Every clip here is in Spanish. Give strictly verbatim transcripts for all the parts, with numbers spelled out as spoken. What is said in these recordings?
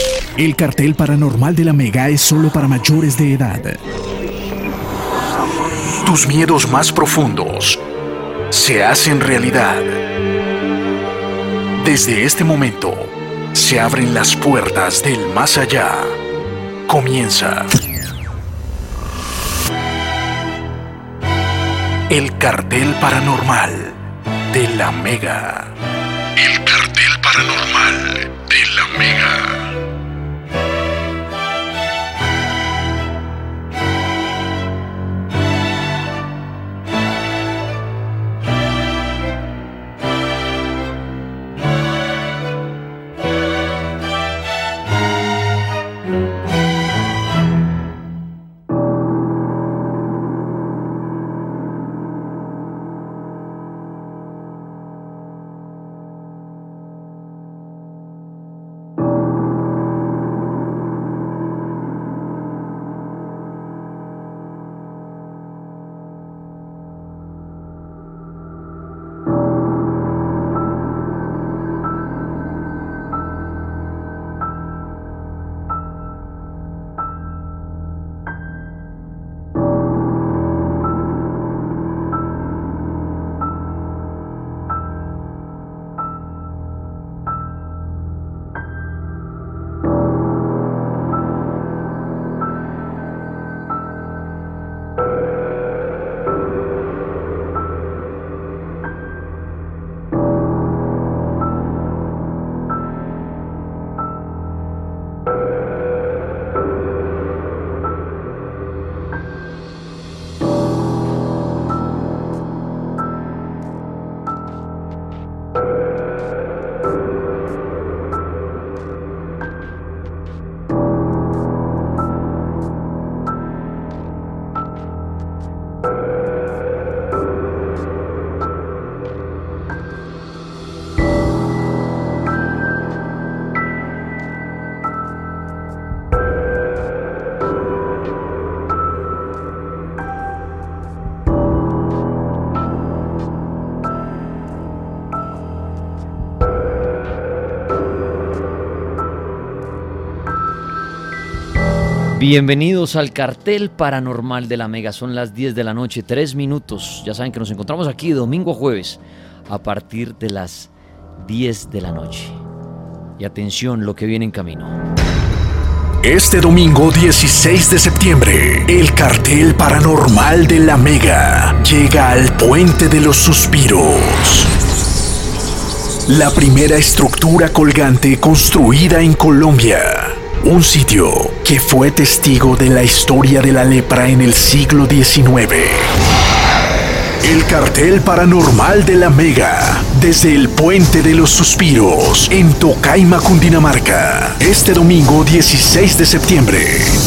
El cartel paranormal de la Mega es solo para mayores de edad. Tus miedos más profundos se hacen realidad. Desde este momento, se abren las puertas del más allá. Comienza el cartel paranormal de la Mega. El cartel paranormal de la Mega. Bienvenidos al cartel paranormal de la Mega. Son las diez de la noche, tres minutos. Ya saben que nos encontramos aquí domingo a jueves a partir de las diez de la noche. Y atención, lo que viene en camino. Este domingo dieciséis de septiembre, el cartel paranormal de la Mega llega al Puente de los Suspiros. La primera estructura colgante construida en Colombia. Un sitio que fue testigo de la historia de la lepra en el siglo diecinueve. El cartel paranormal de la Mega, desde el Puente de los Suspiros, en Tocaima, Cundinamarca. Este domingo dieciséis de septiembre.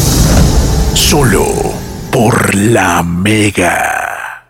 Solo por la Mega.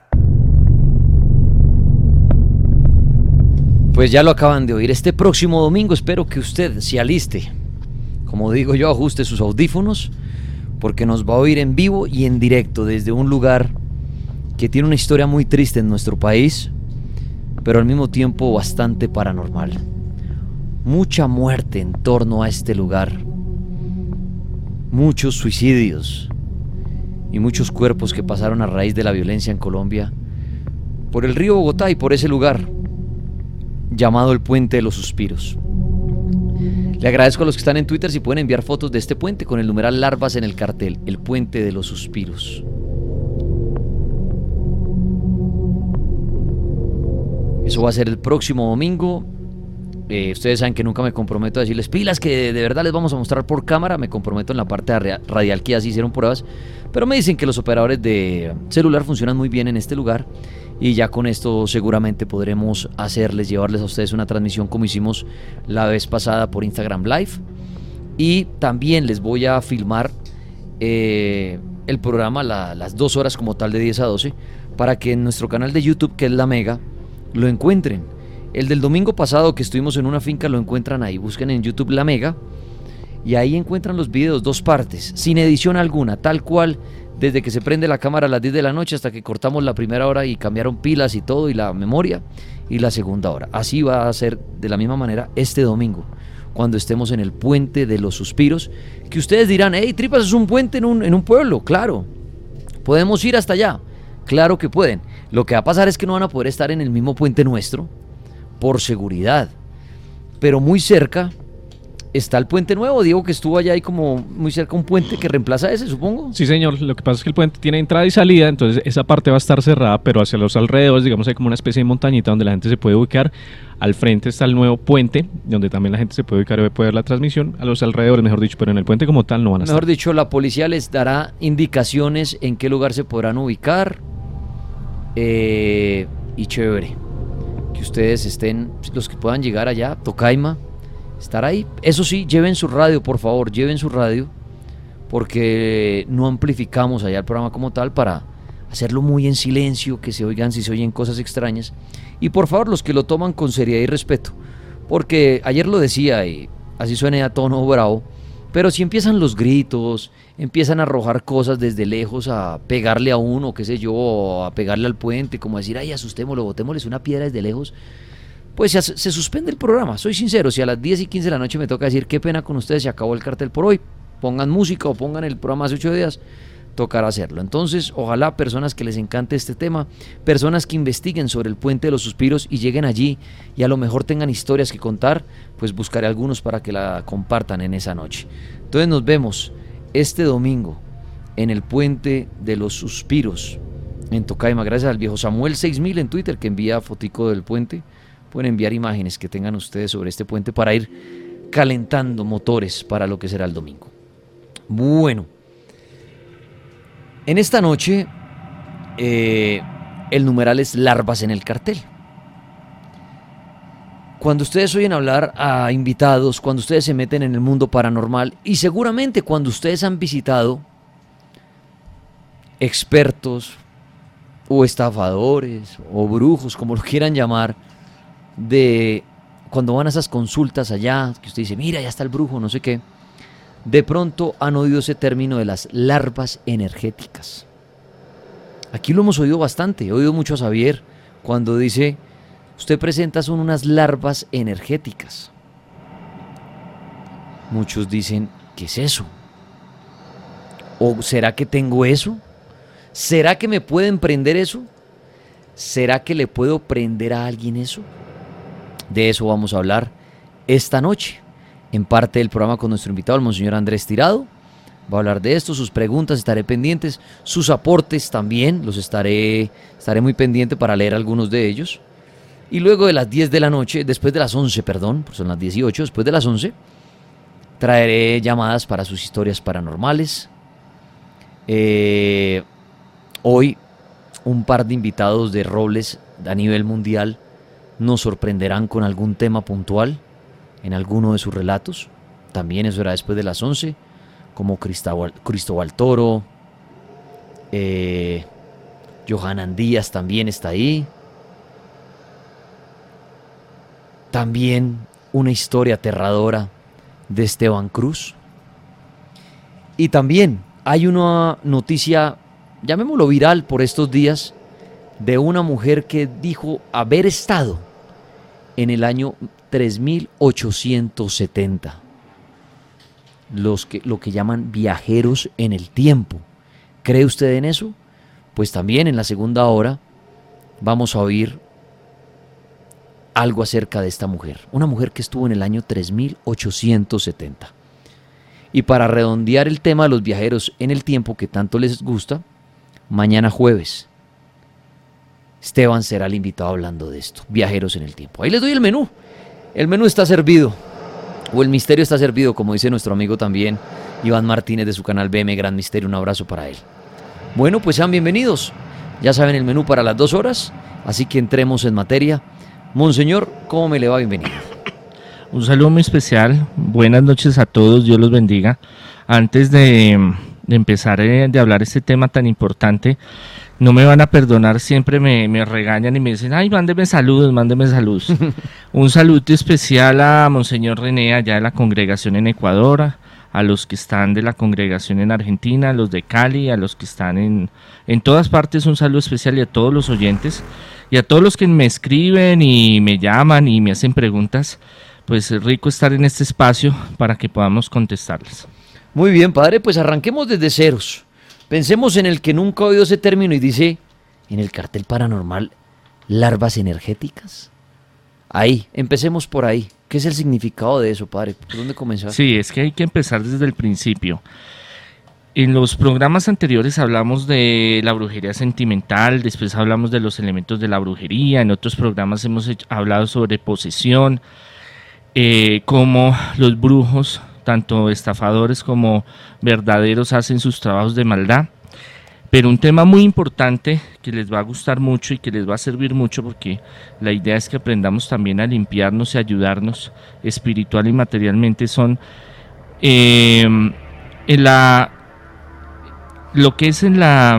Pues ya lo acaban de oír. Este próximo domingo espero que usted se aliste. Como digo yo, ajuste sus audífonos porque nos va a oír en vivo y en directo desde un lugar que tiene una historia muy triste en nuestro país, pero al mismo tiempo bastante paranormal. Mucha muerte en torno a este lugar, muchos suicidios y muchos cuerpos que pasaron a raíz de la violencia en Colombia por el río Bogotá y por ese lugar llamado el Puente de los Suspiros. Le agradezco a los que están en Twitter si pueden enviar fotos de este puente con el numeral larvas en el cartel, el Puente de los Suspiros. Eso va a ser el próximo domingo. Eh, ustedes saben que nunca me comprometo a decirles pilas que de verdad les vamos a mostrar por cámara. Me comprometo en la parte radial que ya se hicieron pruebas, pero me dicen que los operadores de celular funcionan muy bien en este lugar. Y ya con esto seguramente podremos hacerles, llevarles a ustedes una transmisión como hicimos la vez pasada por Instagram Live. Y también les voy a filmar eh, el programa, la, las dos horas como tal de diez a doce, para que en nuestro canal de YouTube, que es La Mega, lo encuentren. El del domingo pasado que estuvimos en una finca lo encuentran ahí, busquen en YouTube La Mega y ahí encuentran los videos, dos partes, sin edición alguna, tal cual, desde que se prende la cámara a las diez de la noche hasta que cortamos la primera hora y cambiaron pilas y todo y la memoria, y la segunda hora. Así va a ser de la misma manera este domingo, cuando estemos en el puente de los suspiros, que ustedes dirán, hey, Tripas es un puente en un, en un pueblo, claro, podemos ir hasta allá, claro que pueden. Lo que va a pasar es que no van a poder estar en el mismo puente nuestro, por seguridad, pero muy cerca está el puente nuevo. Diego, que estuvo allá, y como muy cerca un puente que reemplaza a ese, supongo. Sí, señor, lo que pasa es que el puente tiene entrada y salida, entonces esa parte va a estar cerrada, pero hacia los alrededores, digamos, hay como una especie de montañita donde la gente se puede ubicar. Al frente está el nuevo puente, donde también la gente se puede ubicar y puede ver la transmisión. A los alrededores, mejor dicho, pero en el puente como tal no van a estar. Mejor dicho, la policía les dará indicaciones en qué lugar se podrán ubicar. Eh, y chévere que ustedes estén, los que puedan llegar allá, Tocaima, estar ahí. Eso sí, lleven su radio, por favor, lleven su radio, porque no amplificamos allá el programa como tal, para hacerlo muy en silencio, que se oigan si se oyen cosas extrañas. Y por favor, los que lo toman con seriedad y respeto, porque ayer lo decía y así suena a tono bravo, pero si empiezan los gritos, empiezan a arrojar cosas desde lejos, a pegarle a uno, qué sé yo, a pegarle al puente, como a decir, ay, asustémoslo, botémosles una piedra desde lejos, pues se, se suspende el programa. Soy sincero, si a las diez y quince de la noche me toca decir, qué pena con ustedes, se acabó el cartel por hoy, pongan música o pongan el programa hace ocho días, tocará hacerlo. Entonces, ojalá personas que les encante este tema, personas que investiguen sobre el puente de los suspiros y lleguen allí y a lo mejor tengan historias que contar, pues buscaré algunos para que la compartan en esa noche. Entonces nos vemos este domingo en el puente de los suspiros en Tocaima. Gracias al viejo Samuel seis mil en Twitter, que envía fotico del puente. Pueden enviar imágenes que tengan ustedes sobre este puente para ir calentando motores para lo que será el domingo. Bueno, en esta noche eh, el numeral es larvas en el cartel. Cuando ustedes oyen hablar a invitados, cuando ustedes se meten en el mundo paranormal, y seguramente cuando ustedes han visitado expertos o estafadores o brujos, como lo quieran llamar, de cuando van a esas consultas allá, que usted dice, mira, ya está el brujo, no sé qué, de pronto han oído ese término de las larvas energéticas. Aquí lo hemos oído bastante. He oído mucho a Xavier cuando dice, usted presenta son unas larvas energéticas. Muchos dicen, ¿qué es eso? ¿O será que tengo eso? ¿Será que me pueden prender eso? ¿Será que le puedo prender a alguien eso? De eso vamos a hablar esta noche, en parte del programa, con nuestro invitado, el monseñor Andrés Tirado. Va a hablar de esto, sus preguntas, estaré pendientes, sus aportes también, los estaré, estaré muy pendiente para leer algunos de ellos. Y luego de las diez de la noche, después de las once, perdón, pues son las dieciocho, después de las once, traeré llamadas para sus historias paranormales. Eh, hoy, un par de invitados de robles a nivel mundial nos sorprenderán con algún tema puntual en alguno de sus relatos. También eso será después de las once, como Cristóbal, Cristóbal Toro, eh, Johanan Díaz también está ahí. También una historia aterradora de Esteban Cruz. Y también hay una noticia, llamémoslo viral por estos días, de una mujer que dijo haber estado en el año tres mil ochocientos setenta. Los que, lo que llaman viajeros en el tiempo. ¿Cree usted en eso? Pues también en la segunda hora vamos a oír algo acerca de esta mujer. Una mujer que estuvo en el año tres mil ochocientos setenta. Y para redondear el tema de los viajeros en el tiempo que tanto les gusta, mañana jueves Esteban será el invitado hablando de esto, viajeros en el tiempo. Ahí les doy el menú. El menú está servido, o el misterio está servido, como dice nuestro amigo también, Iván Martínez, de su canal B M Gran Misterio. Un abrazo para él. Bueno, pues sean bienvenidos. Ya saben el menú para las dos horas, así que entremos en materia. Monseñor, ¿cómo me le va? Bienvenido. Un saludo muy especial. Buenas noches a todos, Dios los bendiga. Antes de, de empezar eh, de hablar este tema tan importante, no me van a perdonar, siempre me, me regañan y me dicen, ay, mándeme saludos, mándeme saludos. Un saludo especial a Monseñor René, allá de la congregación en Ecuador, a, a los que están de la congregación en Argentina, a los de Cali, a los que están en, en todas partes, un saludo especial, y a todos los oyentes, y a todos los que me escriben y me llaman y me hacen preguntas. pues es rico estar en este espacio para que podamos contestarles. Muy bien, padre, pues arranquemos desde ceros. Pensemos en el que nunca ha oído ese término y dice, en el cartel paranormal, larvas energéticas. Ahí, empecemos por ahí. ¿Qué es el significado de eso, padre? ¿Por dónde comenzar? Sí, es que hay que empezar desde el principio. En los programas anteriores hablamos de la brujería sentimental, después hablamos de los elementos de la brujería, en otros programas hemos hecho, hablado sobre posesión, eh, cómo los brujos, tanto estafadores como verdaderos, hacen sus trabajos de maldad. Pero un tema muy importante que les va a gustar mucho y que les va a servir mucho, porque la idea es que aprendamos también a limpiarnos y ayudarnos espiritual y materialmente, son eh, en la, lo que es en, la,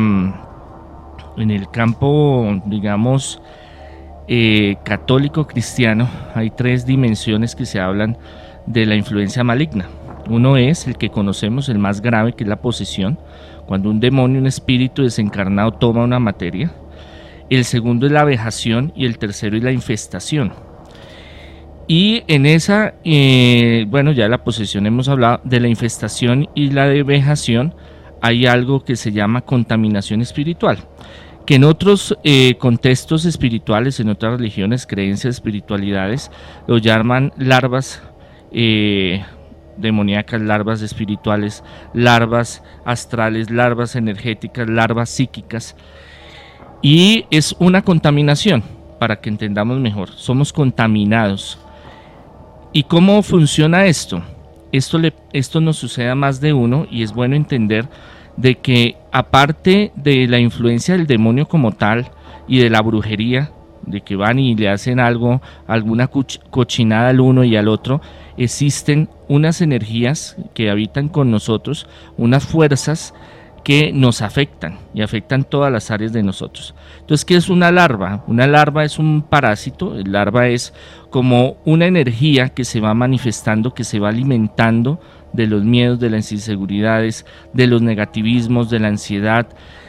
en el campo, digamos, eh, católico cristiano. Hay tres dimensiones que se hablan de la influencia maligna. Uno es el que conocemos, el más grave, que es la posesión, cuando un demonio, un espíritu desencarnado toma una materia. El segundo es la vejación y el tercero es la infestación. Y en esa, eh, bueno, ya de la posesión hemos hablado, de la infestación y la de vejación hay algo que se llama contaminación espiritual, que en otros eh, contextos espirituales, en otras religiones, creencias, espiritualidades, lo llaman larvas eh, demoníacas, larvas espirituales, larvas astrales, larvas energéticas, larvas psíquicas, y es una contaminación, para que entendamos mejor. Somos contaminados. ¿Y cómo funciona esto? Esto, le, esto nos sucede a más de uno, y es bueno entender de que aparte de la influencia del demonio como tal y de la brujería, de que van y le hacen algo, alguna cochinada al uno y al otro, existen unas energías que habitan con nosotros, unas fuerzas que nos afectan y afectan todas las áreas de nosotros. Entonces, ¿qué es una larva? Una larva es un parásito. El larva es como una energía que se va manifestando, que se va alimentando de los miedos, de las inseguridades, de los negativismos, de la ansiedad,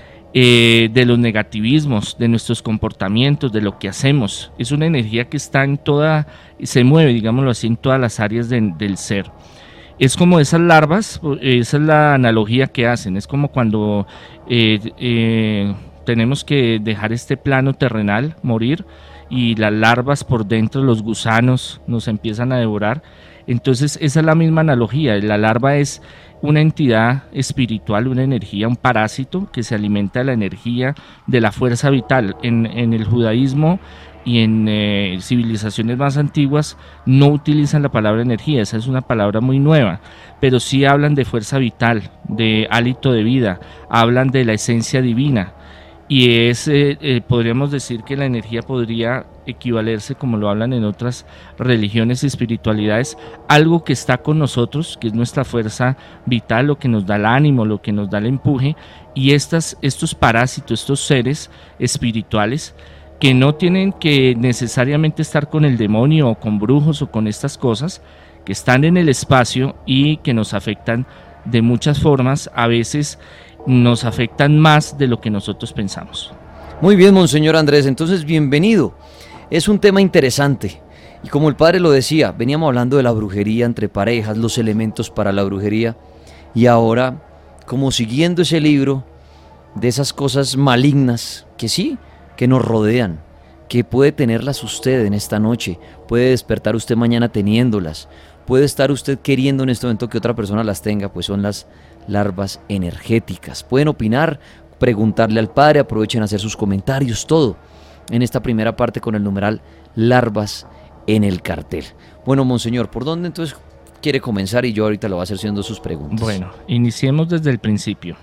Eh, de los negativismos, de nuestros comportamientos, de lo que hacemos. Es una energía que está en toda, se mueve, digámoslo así, en todas las áreas de, del ser. Es como esas larvas, esa es la analogía que hacen, es como cuando eh, eh, tenemos que dejar este plano terrenal, morir, y las larvas por dentro, los gusanos, nos empiezan a devorar. Entonces esa es la misma analogía. La larva es una entidad espiritual, una energía, un parásito que se alimenta de la energía, de la fuerza vital. En, en el judaísmo y en eh, civilizaciones más antiguas no utilizan la palabra energía, esa es una palabra muy nueva, pero sí hablan de fuerza vital, de hálito de vida, hablan de la esencia divina. Y es, eh, eh, podríamos decir que la energía podría equivalerse, como lo hablan en otras religiones y espiritualidades, algo que está con nosotros, que es nuestra fuerza vital, lo que nos da el ánimo, lo que nos da el empuje, y estas, estos parásitos, estos seres espirituales, que no tienen que necesariamente estar con el demonio o con brujos o con estas cosas, que están en el espacio y que nos afectan de muchas formas, a veces nos afectan más de lo que nosotros pensamos. Muy bien, Monseñor Andrés, entonces bienvenido. Es un tema interesante y como el padre lo decía, veníamos hablando de la brujería entre parejas, los elementos para la brujería, y ahora como siguiendo ese libro de esas cosas malignas que sí, que nos rodean, que puede tenerlas usted en esta noche, puede despertar usted mañana teniéndolas, puede estar usted queriendo en este momento que otra persona las tenga, pues son las larvas energéticas. Pueden opinar, preguntarle al padre, aprovechen a hacer sus comentarios, todo en esta primera parte con el numeral larvas en el cartel. Bueno, Monseñor, ¿por dónde entonces quiere comenzar? Y yo ahorita lo voy a hacer haciendo sus preguntas. Bueno, iniciemos desde el principio.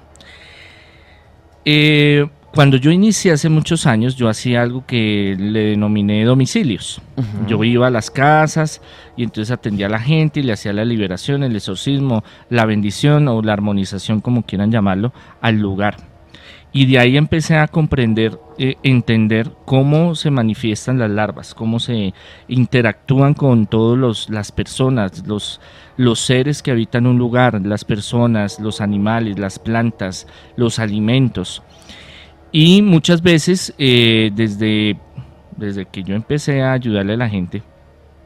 Eh, cuando yo inicié hace muchos años, yo hacía algo que le denominé domicilios. Uh-huh. Yo iba a las casas y entonces atendía a la gente y le hacía la liberación, el exorcismo, la bendición o la armonización, como quieran llamarlo, al lugar. Y de ahí empecé a comprender, eh, entender cómo se manifiestan las larvas, cómo se interactúan con todas las personas, los, los seres que habitan un lugar, las personas, los animales, las plantas, los alimentos. Y muchas veces, eh, desde, desde que yo empecé a ayudarle a la gente,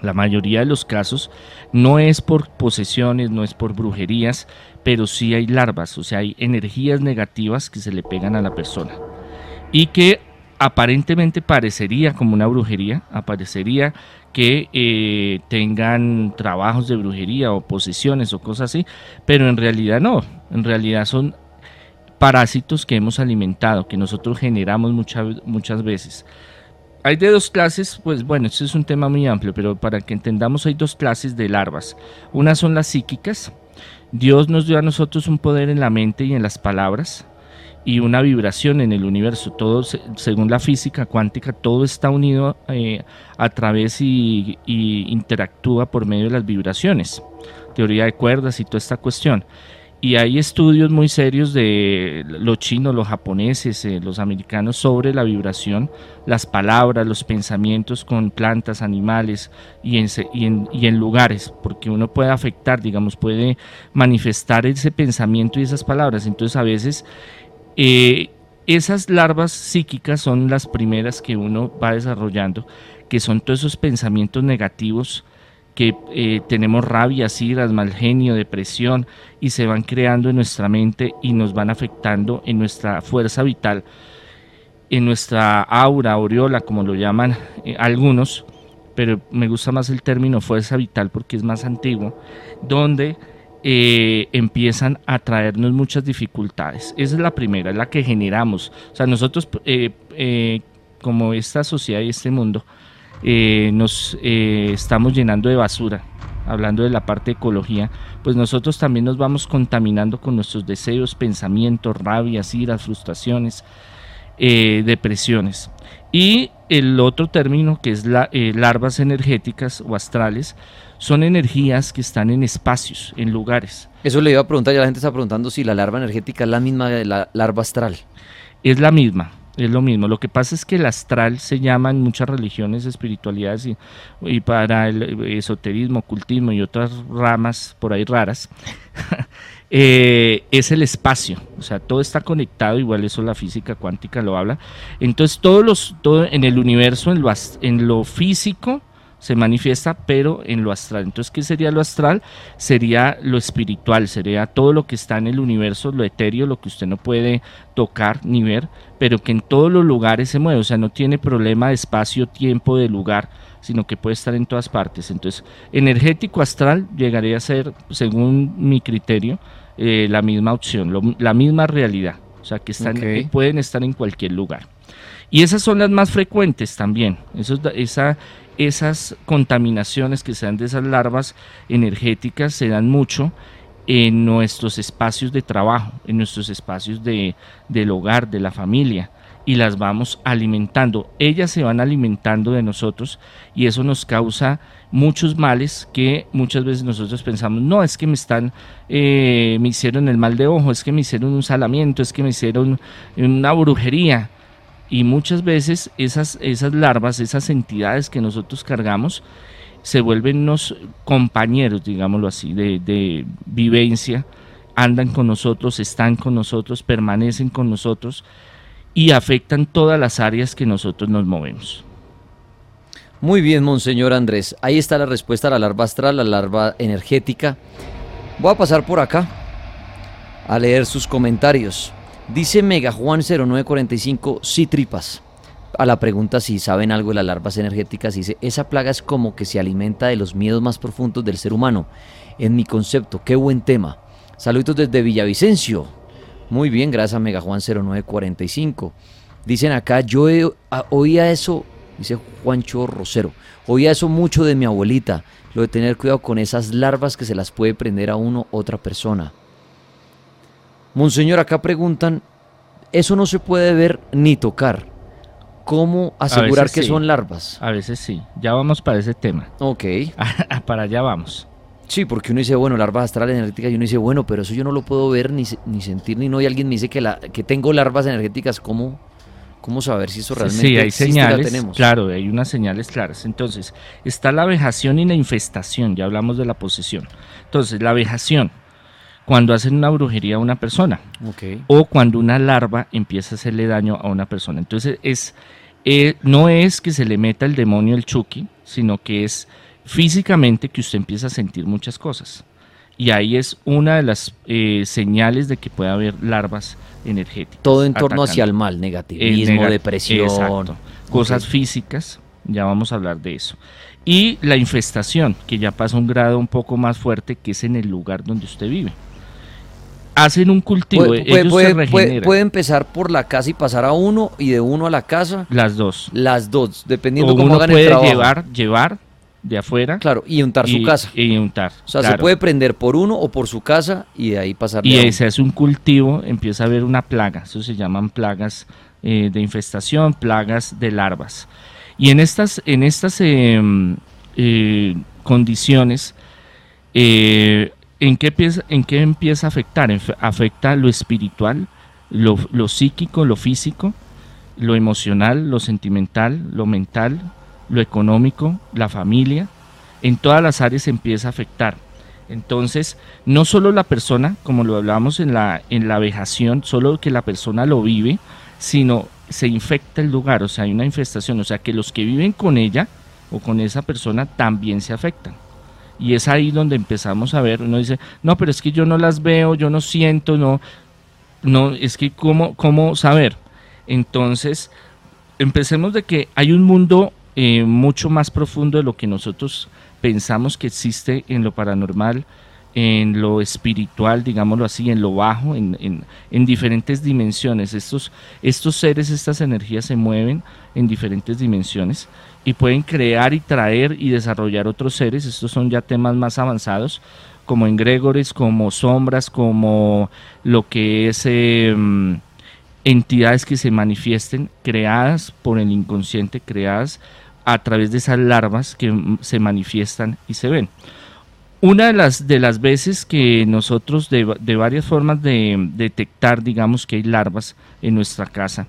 La mayoría de los casos no es por posesiones, no es por brujerías, pero sí hay larvas, o sea, hay energías negativas que se le pegan a la persona y que aparentemente parecería como una brujería, aparecería que eh, tengan trabajos de brujería o posesiones o cosas así, pero en realidad no, en realidad son parásitos que hemos alimentado, que nosotros generamos mucha, muchas veces. Hay de dos clases, pues bueno, este es un tema muy amplio, pero para que entendamos hay dos clases de larvas. Una son las psíquicas. Dios nos dio a nosotros un poder en la mente y en las palabras y una vibración en el universo. Todo, según la física cuántica, todo está unido eh, a través y, y interactúa por medio de las vibraciones. Teoría de cuerdas y toda esta cuestión. Y hay estudios muy serios de los chinos, los japoneses, eh, los americanos sobre la vibración, las palabras, los pensamientos con plantas, animales y en, y en, y en lugares, porque uno puede afectar, digamos, puede manifestar ese pensamiento y esas palabras. Entonces a veces eh, esas larvas psíquicas son las primeras que uno va desarrollando, que son todos esos pensamientos negativos, que eh, tenemos rabia, iras, mal genio, depresión y se van creando en nuestra mente y nos van afectando en nuestra fuerza vital, en nuestra aura, aureola, como lo llaman eh, algunos, pero me gusta más el término fuerza vital porque es más antiguo, donde eh, empiezan a traernos muchas dificultades. Esa es la primera, es la que generamos. O sea, nosotros eh, eh, como esta sociedad y este mundo, Eh, nos eh, estamos llenando de basura, hablando de la parte de ecología, pues nosotros también nos vamos contaminando con nuestros deseos, pensamientos, rabias, iras, frustraciones, eh, depresiones. Y el otro término que es la, eh, larvas energéticas o astrales, son energías que están en espacios, en lugares. Eso le iba a preguntar, ya la gente está preguntando si la larva energética es la misma de la larva astral. Es la misma. Es lo mismo, lo que pasa es que el astral se llama en muchas religiones, espiritualidades y, y para el esoterismo, ocultismo y otras ramas por ahí raras, eh, es el espacio, o sea, todo está conectado, igual eso la física cuántica lo habla. Entonces todos los, todo en el universo, en lo, en lo físico, se manifiesta, pero en lo astral. Entonces, ¿qué sería lo astral? Sería lo espiritual, sería todo lo que está en el universo, lo etéreo, lo que usted no puede tocar ni ver, pero que en todos los lugares se mueve, o sea, no tiene problema de espacio, tiempo, de lugar, sino que puede estar en todas partes. Entonces, energético astral llegaría a ser, según mi criterio, eh, la misma opción, lo, la misma realidad, o sea, que están, okay. eh, pueden estar en cualquier lugar. Y esas son las más frecuentes también, Eso, esa... Esas contaminaciones que se dan de esas larvas energéticas se dan mucho en nuestros espacios de trabajo, en nuestros espacios de, del hogar, de la familia, y las vamos alimentando. Ellas se van alimentando de nosotros y eso nos causa muchos males que muchas veces nosotros pensamos, no, es que me están, eh, me hicieron el mal de ojo, es que me hicieron un salamiento, es que me hicieron una brujería. Y muchas veces esas, esas larvas, esas entidades que nosotros cargamos, se vuelven unos compañeros, digámoslo así, de, de vivencia, andan con nosotros, están con nosotros, permanecen con nosotros y afectan todas las áreas que nosotros nos movemos. Muy bien, monseñor Andrés. Ahí está la respuesta a la larva astral, la larva energética. Voy a pasar por acá a leer sus comentarios. Dice Mega Juan cero nueve cuarenta y cinco, sí tripas. A la pregunta si saben algo de las larvas energéticas, dice, esa plaga es como que se alimenta de los miedos más profundos del ser humano. En mi concepto, qué buen tema. Saludos desde Villavicencio. Muy bien, gracias a Mega Juan cero nueve cuarenta y cinco. Dicen acá, yo he, a, oía eso, dice Juancho Rosero, oía eso mucho de mi abuelita, lo de tener cuidado con esas larvas que se las puede prender a uno otra persona. Monseñor, acá preguntan, eso no se puede ver ni tocar. ¿Cómo asegurar que sí. son larvas? A veces sí, ya vamos para ese tema. Ok. Para allá vamos. Sí, porque uno dice, bueno, larvas astrales energéticas, y uno dice, bueno, pero eso yo no lo puedo ver, ni, ni sentir, ni no, y alguien me dice que, la, que tengo larvas energéticas, ¿cómo, cómo saber si eso realmente sí, hay existe? señales, la tenemos? Claro, hay unas señales claras. Entonces, está la vejación y la infestación, ya hablamos de la posesión. Entonces, la vejación, cuando hacen una brujería a una persona, okay. o cuando una larva empieza a hacerle daño a una persona. Entonces es eh, no es que se le meta el demonio, el Chucky, sino que es físicamente que usted empieza a sentir muchas cosas. Y ahí es una de las eh, señales de que puede haber larvas energéticas. Todo en torno atacando. hacia el mal, negativismo, nega- depresión. Exacto. Cosas Ok. físicas, ya vamos a hablar de eso. Y la infestación, que ya pasa a un grado un poco más fuerte, que es en el lugar donde usted vive. Hacen un cultivo, Puede, ellos puede- se puede- regeneran. puede- puede empezar por la casa y pasar a uno, y de uno a la casa, Las dos. las dos, dependiendo O cómo uno hagan el puede trabajo. llevar, llevar de afuera. Claro, y untar su y- casa. Y untar. O sea, se claro. puede prender por uno o por su casa y de ahí pasar. Y se hace un cultivo, empieza a haber una plaga, eso se llaman plagas eh, de infestación, plagas de larvas. Y en estas, en estas eh, eh, condiciones, eh, ¿en, qué empieza, ¿en qué empieza a afectar? Enf- Afecta lo espiritual, lo, lo psíquico, lo físico, lo emocional, lo sentimental, lo mental, lo económico, la familia. En todas las áreas empieza a afectar. Entonces, no solo la persona, como lo hablábamos en la, en la vejación, solo que la persona lo vive, sino se infecta el lugar, o sea, hay una infestación, o sea, que los que viven con ella o con esa persona también se afectan. Y es ahí donde empezamos a ver, uno dice, no, pero es que yo no las veo, yo no siento, no, no, es que cómo, cómo saber. Entonces, empecemos de que hay un mundo eh, mucho más profundo de lo que nosotros pensamos que existe en lo paranormal, en lo espiritual, digámoslo así, en lo bajo, en, en, en diferentes dimensiones. Estos, estos seres, estas energías se mueven en diferentes dimensiones y pueden crear y traer y desarrollar otros seres. Estos son ya temas más avanzados, como egregores, como sombras, como lo que es eh, entidades que se manifiesten, creadas por el inconsciente, creadas a través de esas larvas que se manifiestan y se ven. Una de las, de las veces que nosotros de, de varias formas de detectar, digamos, que hay larvas en nuestra casa,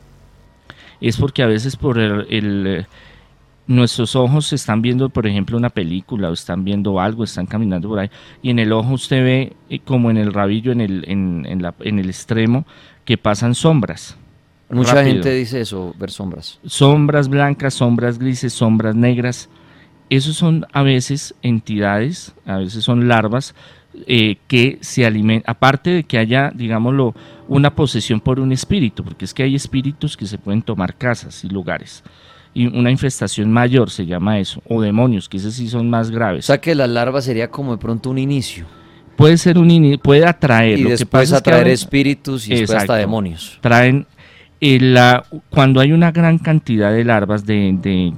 es porque a veces por el, el, nuestros ojos están viendo, por ejemplo, una película o están viendo algo, están caminando por ahí, y en el ojo usted ve eh, como en el rabillo, en el, en, en, la, en el extremo, que pasan sombras. Mucha rápido. gente dice eso, ver sombras. Sombras blancas, sombras grises, sombras negras. Esos son a veces entidades, a veces son larvas eh, que se alimentan, aparte de que haya, digámoslo, una posesión por un espíritu, porque es que hay espíritus que se pueden tomar casas y lugares. Y una infestación mayor se llama eso, o demonios, que esos sí son más O graves. sea que la larva sería como de pronto un inicio. Puede ser un ini- puede atraer. Y lo que después pasa es que atraer ahora espíritus y después hasta Exacto. demonios. traen eh, la, cuando hay una gran cantidad de larvas de, de,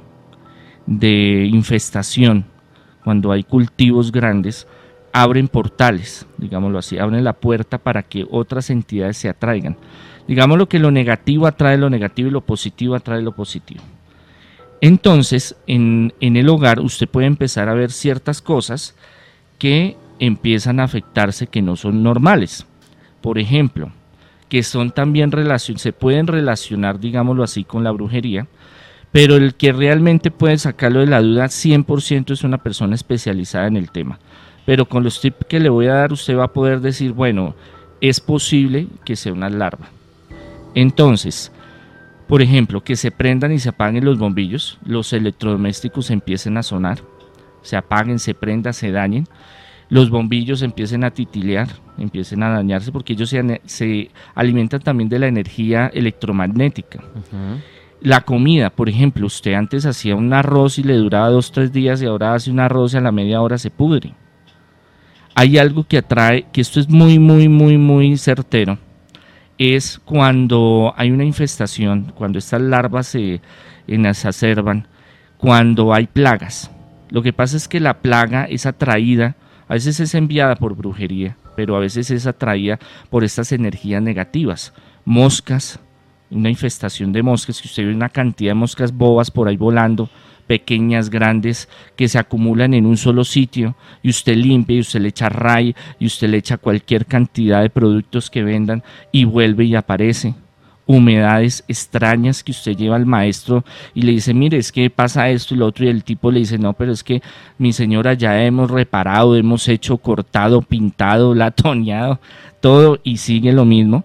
de infestación, cuando hay cultivos grandes, abren portales, digámoslo así, abren la puerta para que otras entidades se atraigan. Digámoslo que lo negativo atrae lo negativo y lo positivo atrae lo positivo. Entonces, en, en el hogar usted puede empezar a ver ciertas cosas que empiezan a afectarse que no son normales. Por ejemplo, que son también relacion- se pueden relacionar, digámoslo así, con la brujería, pero el que realmente puede sacarlo de la duda cien por ciento es una persona especializada en el tema. Pero con los tips que le voy a dar usted va a poder decir, bueno, es posible que sea una larva. Entonces, por ejemplo, que se prendan y se apaguen los bombillos, los electrodomésticos empiecen a sonar, se apaguen, se prendan, se dañen, los bombillos empiecen a titilear, empiecen a dañarse, porque ellos se, se alimentan también de la energía electromagnética. Ujú. La comida, por ejemplo, usted antes hacía un arroz y le duraba dos, tres días y ahora hace un arroz y a la media hora se pudre. Hay algo que atrae, que esto es muy, muy, muy, muy certero, es cuando hay una infestación, cuando estas larvas se exacerban, cuando hay plagas. Lo que pasa es que la plaga es atraída, a veces es enviada por brujería, pero a veces es atraída por estas energías negativas. Moscas, una infestación de moscas, que usted ve una cantidad de moscas bobas por ahí volando, pequeñas, grandes, que se acumulan en un solo sitio, y usted limpia, y usted le echa ray, y usted le echa cualquier cantidad de productos que vendan, y vuelve y aparece. Humedades extrañas que usted lleva al maestro y le dice, mire, es que pasa esto y lo otro, y el tipo le dice, no, pero es que mi señora ya hemos reparado, hemos hecho cortado, pintado, latoneado, todo, y sigue lo mismo.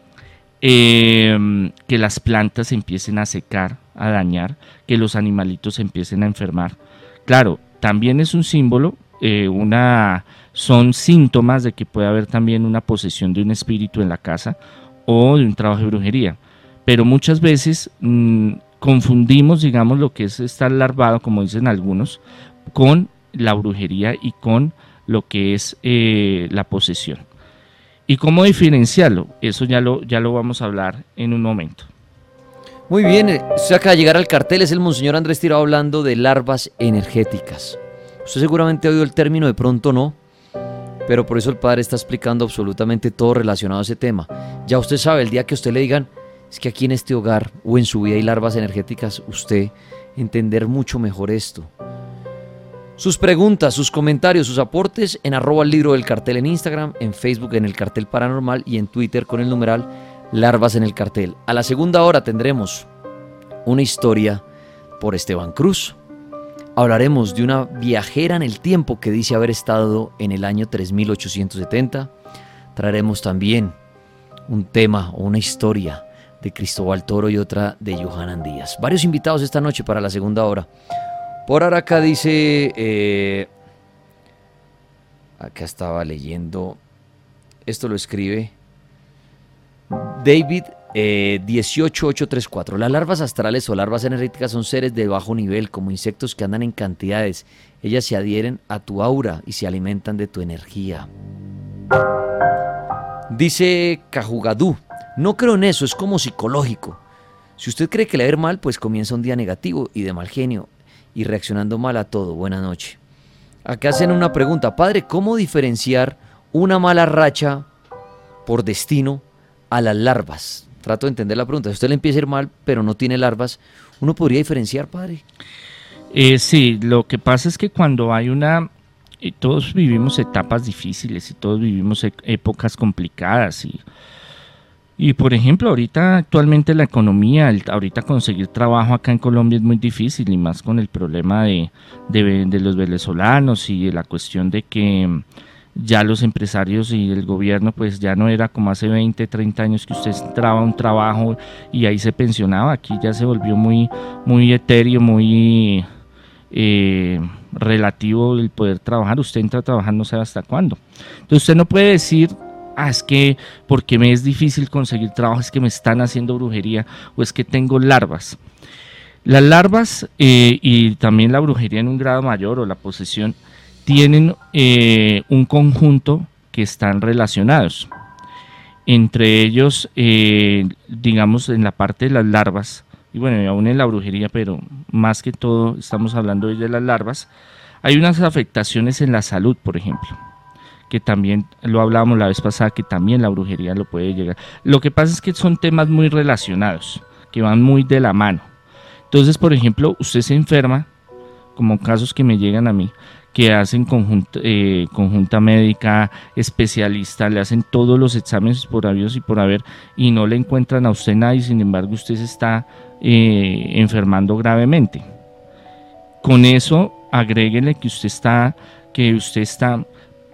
Eh, que las plantas empiecen a secar, a dañar, que los animalitos empiecen a enfermar, Claro, también es un símbolo, eh, una, son síntomas de que puede haber también una posesión de un espíritu en la casa o de un trabajo de brujería. Pero muchas veces mmm, confundimos, digamos, lo que es estar larvado, como dicen algunos, con la brujería y con lo que es eh, la posesión. ¿Y cómo diferenciarlo? Eso ya lo, ya lo vamos a hablar en un momento. Muy bien, usted acaba de llegar al cartel, es el Monseñor Andrés Tirado hablando de larvas energéticas. Usted seguramente ha oído el término, de pronto no, pero por eso el padre está explicando absolutamente todo relacionado a ese tema. Ya usted sabe, el día que a usted le digan, es que aquí en este hogar o en su vida hay larvas energéticas, usted entender mucho mejor esto. Sus preguntas, sus comentarios, sus aportes en arroba el libro del cartel en Instagram, en Facebook en el cartel paranormal y en Twitter con el numeral Larvas en el Cartel. A la segunda hora tendremos una historia por Esteban Cruz. Hablaremos de una viajera en el tiempo que dice haber estado en el año tres mil ochocientos setenta. Traeremos también un tema o una historia de Cristóbal Toro y otra de Johanan Díaz. Varios invitados esta noche para la segunda hora. Por ahora acá dice, eh, acá estaba leyendo, esto lo escribe David eh, dieciocho mil ochocientos treinta y cuatro. Las larvas astrales o larvas energéticas son seres de bajo nivel, como insectos que andan en cantidades. Ellas se adhieren a tu aura y se alimentan de tu energía. Dice Cajugadú, no creo en eso, es como psicológico. Si usted cree que le va a ir mal, pues comienza un día negativo y de mal genio y reaccionando mal a todo. Buenas noches. Acá hacen una pregunta, padre, ¿cómo diferenciar una mala racha por destino a las larvas? Trato de entender la pregunta. Si a usted le empieza a ir mal, pero no tiene larvas, ¿uno podría diferenciar, padre? Eh, sí, lo que pasa es que cuando hay una... Eh, todos vivimos etapas difíciles y todos vivimos e- épocas complicadas y... Y por ejemplo, ahorita actualmente la economía, el, ahorita conseguir trabajo acá en Colombia es muy difícil y más con el problema de, de, de los venezolanos y de la cuestión de que ya los empresarios y el gobierno pues ya no era como hace veinte, treinta años que usted entraba a un trabajo y ahí se pensionaba. Aquí ya se volvió muy, muy etéreo, muy eh, relativo el poder trabajar. Usted entra a trabajar no sabe hasta cuándo. Entonces usted no puede decir, ah, es que porque me es difícil conseguir trabajo, es que me están haciendo brujería o es que tengo larvas. Las larvas eh, y también la brujería en un grado mayor o la posesión tienen eh, un conjunto que están relacionados. Entre ellos, eh, digamos, en la parte de las larvas, y bueno, aún en la brujería, pero más que todo estamos hablando hoy de las larvas, hay unas afectaciones en la salud, por ejemplo, que también lo hablábamos la vez pasada, que también la brujería lo puede llegar. Lo que pasa es que son temas muy relacionados, que van muy de la mano. Entonces, por ejemplo, usted se enferma, como casos que me llegan a mí, que hacen conjunta, eh, conjunta médica, especialista, le hacen todos los exámenes por habidos y por haber, y no le encuentran a usted nada, y sin embargo usted se está eh, enfermando gravemente. Con eso, agréguele que usted está, que usted está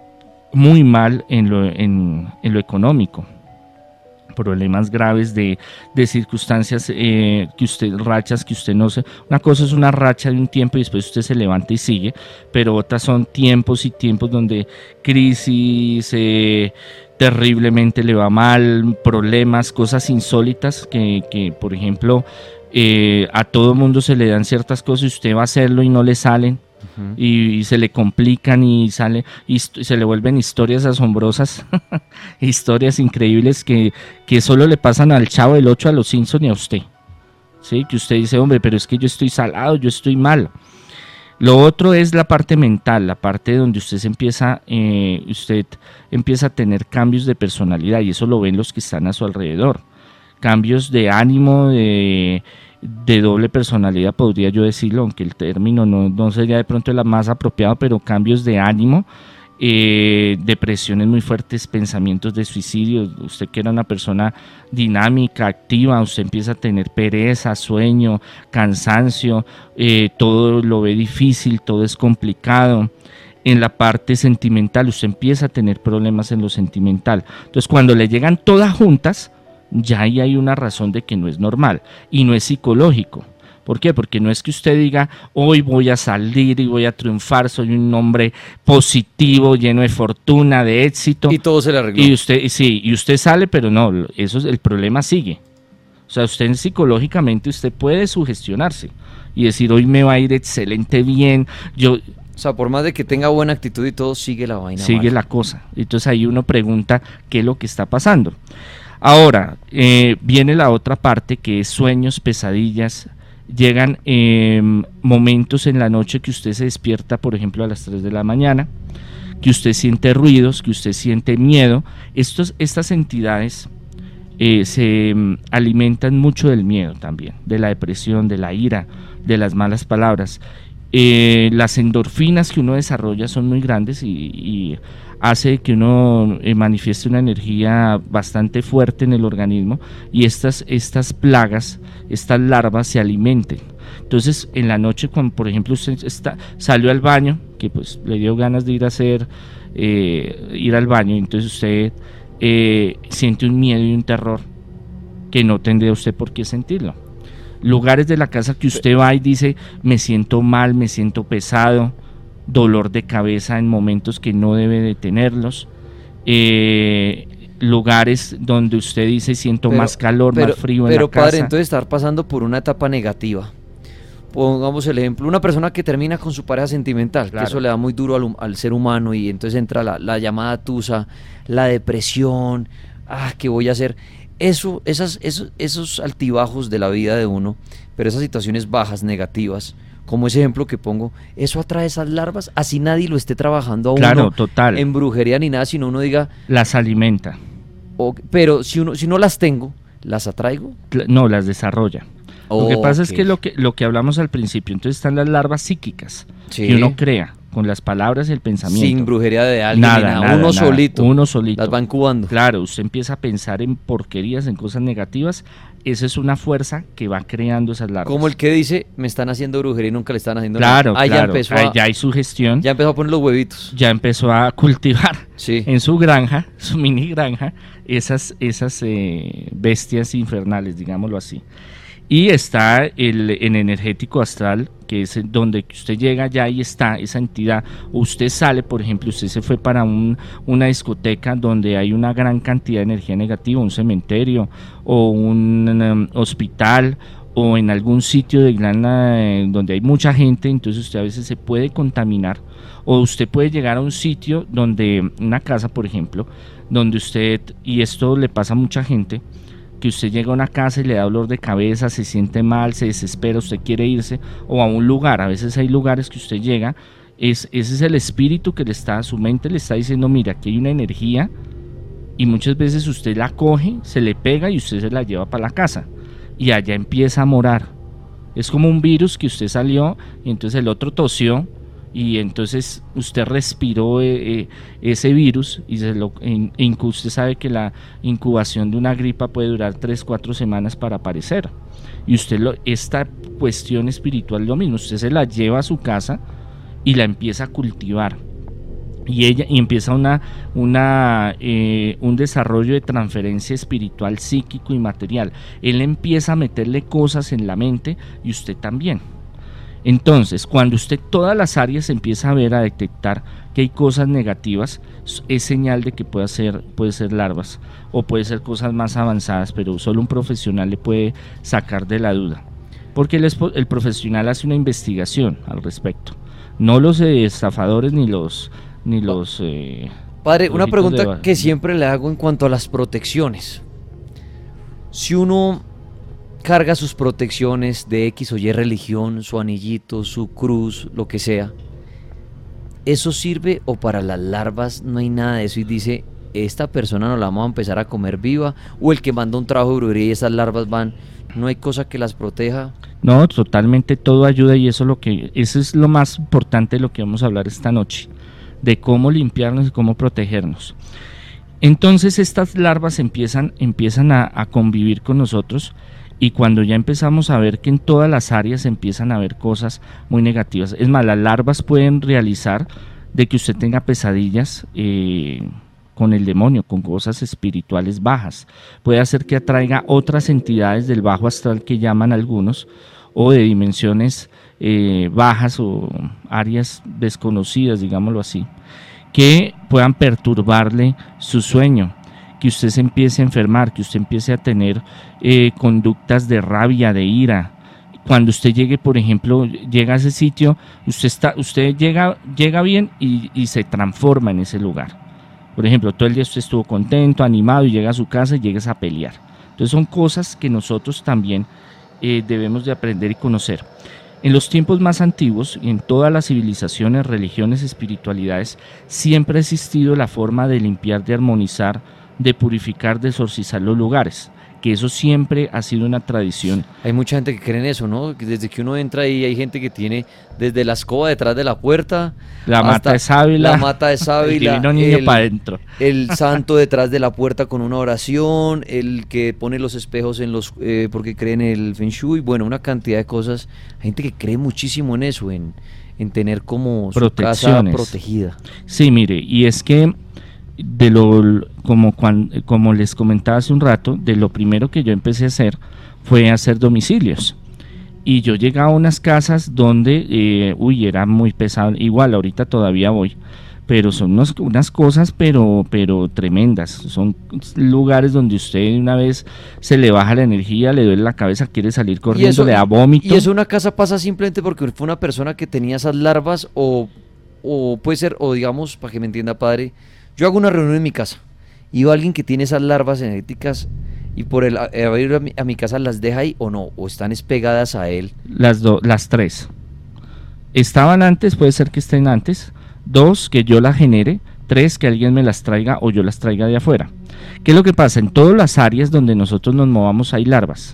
muy mal en lo, en, en lo económico, problemas graves de, de circunstancias eh, que usted, rachas que usted no se, una cosa es una racha de un tiempo y después usted se levanta y sigue, pero otras son tiempos y tiempos donde crisis, eh, terriblemente le va mal, problemas, cosas insólitas que, que por ejemplo eh, a todo mundo se le dan ciertas cosas y usted va a hacerlo y no le salen. Uh-huh. y, y se le complican y sale y, y se le vuelven historias asombrosas, historias increíbles que, que solo le pasan al Chavo del Ocho, a los Simpson y a usted, ¿sí? Que usted dice, hombre, pero es que yo estoy salado, yo estoy mal. Lo otro es la parte mental, la parte donde usted se empieza, eh, usted empieza a tener cambios de personalidad, y eso lo ven los que están a su alrededor, cambios de ánimo, de de doble personalidad, podría yo decirlo, aunque el término no, no sería de pronto el más apropiado, pero cambios de ánimo, eh, depresiones muy fuertes, pensamientos de suicidio. Usted que era una persona dinámica, activa, usted empieza a tener pereza, sueño, cansancio, eh, todo lo ve difícil, todo es complicado. En la parte sentimental, usted empieza a tener problemas en lo sentimental. Entonces, cuando le llegan todas juntas, ya ahí hay una razón de que no es normal y no es psicológico, ¿Por qué? Porque no es que usted diga, hoy voy a salir y voy a triunfar, soy un hombre positivo, lleno de fortuna, de éxito. Y todo se le arregló. Y usted, sí, y usted sale, pero no, eso es, el problema sigue. O sea, usted psicológicamente usted puede sugestionarse y decir, hoy me va a ir excelente, bien, yo... O sea, por más de que tenga buena actitud y todo, sigue la vaina. Sigue mal. la cosa. Entonces ahí uno pregunta qué es lo que está pasando. Ahora, eh, viene la otra parte que es sueños, pesadillas. Llegan eh, momentos en la noche que usted se despierta, por ejemplo, a las tres de la mañana, que usted siente ruidos, que usted siente miedo. Estos, estas entidades eh, se um, alimentan mucho del miedo también, de la depresión, de la ira, de las malas palabras. Eh, las endorfinas que uno desarrolla son muy grandes y, y hace que uno eh, manifieste una energía bastante fuerte en el organismo y estas, estas plagas, estas larvas se alimenten. Entonces en la noche cuando por ejemplo usted está, salió al baño, que pues le dio ganas de ir a hacer, eh, ir al baño, entonces usted eh, siente un miedo y un terror que no tendría usted por qué sentirlo. Lugares de la casa que usted va y dice, me siento mal, me siento pesado, dolor de cabeza en momentos que no debe de tenerlos, eh, lugares donde usted dice, siento pero, más calor, pero, más frío pero, en la padre, casa. entonces estar pasando por una etapa negativa. Pongamos el ejemplo, una persona que termina con su pareja sentimental, claro, que eso le da muy duro al, al ser humano y entonces entra la, la llamada tusa, la depresión, ah, ¿qué voy a hacer? Eso, esas, esos, esos altibajos de la vida de uno, pero esas situaciones bajas, negativas, como ese ejemplo que pongo, eso atrae esas larvas, así nadie lo esté trabajando a uno, claro, total, en brujería ni nada, sino uno diga... Las alimenta. O, pero si, uno, si no las tengo, ¿las atraigo? No, las desarrolla. Oh, lo que pasa okay. es que lo, que lo que hablamos al principio, entonces están las larvas psíquicas, sí, que uno crea con las palabras y el pensamiento. Sin brujería de alguien, nada, ni nada. nada, uno nada. solito. Uno solito. Las va incubando. Claro, usted empieza a pensar en porquerías, en cosas negativas, esa es una fuerza que va creando esas larvas. Como el que dice, me están haciendo brujería y nunca le están haciendo claro, nada. Ah, claro, ya empezó ah, a, ya hay sugestión. Ya empezó a poner los huevitos. Ya empezó a cultivar sí. en su granja, su mini granja, esas, esas eh, bestias infernales, digámoslo así. Y está el, el energético astral, que es donde usted llega, ya ahí está esa entidad. Usted sale, por ejemplo, usted se fue para un, una discoteca donde hay una gran cantidad de energía negativa, un cementerio o un um, hospital o en algún sitio de gran, eh, donde hay mucha gente, entonces usted a veces se puede contaminar. O usted puede llegar a un sitio donde, una casa por ejemplo, donde usted, y esto le pasa a mucha gente, que usted llega a una casa y le da dolor de cabeza, se siente mal, se desespera, usted quiere irse, o a un lugar, a veces hay lugares que usted llega, es, ese es el espíritu que le está, su mente le está diciendo, mira, aquí hay una energía, y muchas veces usted la coge, se le pega y usted se la lleva para la casa, y allá empieza a morar. Es como un virus que usted salió, y entonces el otro tosió, y entonces usted respiró eh, eh, ese virus y se lo, in, in, usted sabe que la incubación de una gripa puede durar tres, cuatro semanas para aparecer, y usted lo, esta cuestión espiritual es lo mismo, usted se la lleva a su casa y la empieza a cultivar y ella y empieza una, una, eh, un desarrollo de transferencia espiritual, psíquico y material. Él empieza a meterle cosas en la mente y usted también. Entonces, cuando usted todas las áreas empieza a ver, a detectar que hay cosas negativas, es señal de que puede ser, puede ser larvas o puede ser cosas más avanzadas, pero solo un profesional le puede sacar de la duda, porque el, el profesional hace una investigación al respecto, no los eh, estafadores ni los... ni los eh, Padre, una pregunta de... que siempre le hago en cuanto a las protecciones. Si uno carga sus protecciones de X o Y religión, su anillito, su cruz, lo que sea, ¿eso sirve o para las larvas no hay nada de eso y dice, esta persona no la vamos a empezar a comer viva? O el que manda un trabajo de brujería y esas larvas van, ¿no hay cosa que las proteja? No, totalmente todo ayuda, y eso, lo que, eso es lo más importante de lo que vamos a hablar esta noche, de cómo limpiarnos y cómo protegernos. Entonces estas larvas empiezan, empiezan a, a convivir con nosotros, y cuando ya empezamos a ver que en todas las áreas empiezan a haber cosas muy negativas, es más, las larvas pueden realizar de que usted tenga pesadillas eh, con el demonio, con cosas espirituales bajas, puede hacer que atraiga otras entidades del bajo astral que llaman algunos, o de dimensiones eh, bajas o áreas desconocidas, digámoslo así, que puedan perturbarle su sueño, que usted se empiece a enfermar, que usted empiece a tener eh, conductas de rabia, de ira. Cuando usted llegue, por ejemplo, llega a ese sitio, usted está, usted llega, llega bien y, y se transforma en ese lugar. Por ejemplo, todo el día usted estuvo contento, animado, y llega a su casa y llegas a pelear. Entonces son cosas que nosotros también eh, debemos de aprender y conocer. En los tiempos más antiguos, en todas las civilizaciones, religiones, espiritualidades, siempre ha existido la forma de limpiar, de armonizar, de purificar, de exorcizar los lugares, que eso siempre ha sido una tradición. Hay mucha gente que cree en eso, ¿no? Que desde que uno entra ahí hay gente que tiene desde la escoba detrás de la puerta, la mata de sábila, la mata de sábila, el divino niño para adentro, el santo detrás de la puerta con una oración, el que pone los espejos en los eh, porque cree en el Feng Shui, bueno, una cantidad de cosas. Hay gente que cree muchísimo en eso, en, en tener como su casa protegida. Sí, mire, y es que de lo como cuando, como les comentaba hace un rato, de lo primero que yo empecé a hacer fue hacer domicilios, y yo llegaba a unas casas donde eh, uy, era muy pesado. Igual ahorita todavía voy, pero son unos, unas cosas pero pero tremendas. Son lugares donde usted una vez se le baja la energía, le duele la cabeza, quiere salir corriendo, eso, le da vómito. Y eso, una casa pasa simplemente porque fue una persona que tenía esas larvas, o, o puede ser, o digamos, para que me entienda, padre, yo hago una reunión en mi casa y va alguien que tiene esas larvas energéticas y por el abrir a mi, a mi casa las deja ahí, o no, o están espegadas a él. Las, do, las tres. Estaban antes, puede ser que estén antes. Dos, que yo las genere. Tres, que alguien me las traiga o yo las traiga de afuera. ¿Qué es lo que pasa? En todas las áreas donde nosotros nos movamos hay larvas.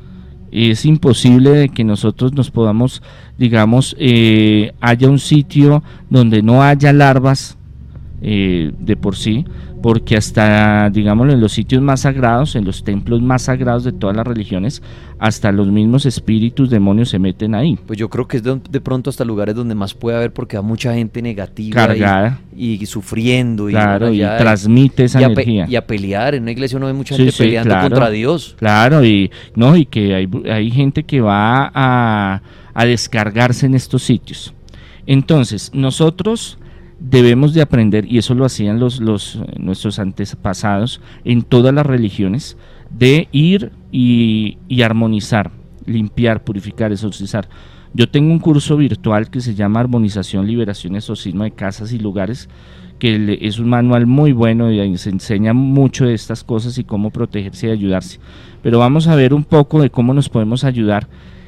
Es imposible de que nosotros nos podamos, digamos, eh, haya un sitio donde no haya larvas eh, de por sí, porque hasta, digámoslo, en los sitios más sagrados, en los templos más sagrados de todas las religiones, hasta los mismos espíritus, demonios se meten ahí. Pues yo creo que es de, de pronto hasta lugares donde más puede haber, porque hay mucha gente negativa, cargada y, y sufriendo, y, claro, bueno, y ya, transmite esa y energía. A y a pelear, en una iglesia uno ve mucha sí, gente sí, peleando claro, contra Dios. Claro, y no, y que hay, hay gente que va a, a descargarse en estos sitios. Entonces, nosotros debemos de aprender, y eso lo hacían los, los nuestros antepasados en todas las religiones, de ir y, y armonizar, limpiar, purificar, exorcizar. Yo tengo un curso virtual que se llama Armonización, Liberación, Exorcismo de Casas y Lugares, que es un manual muy bueno y ahí se enseña mucho de estas cosas y cómo protegerse y ayudarse. Pero vamos a ver un poco de cómo nos podemos ayudar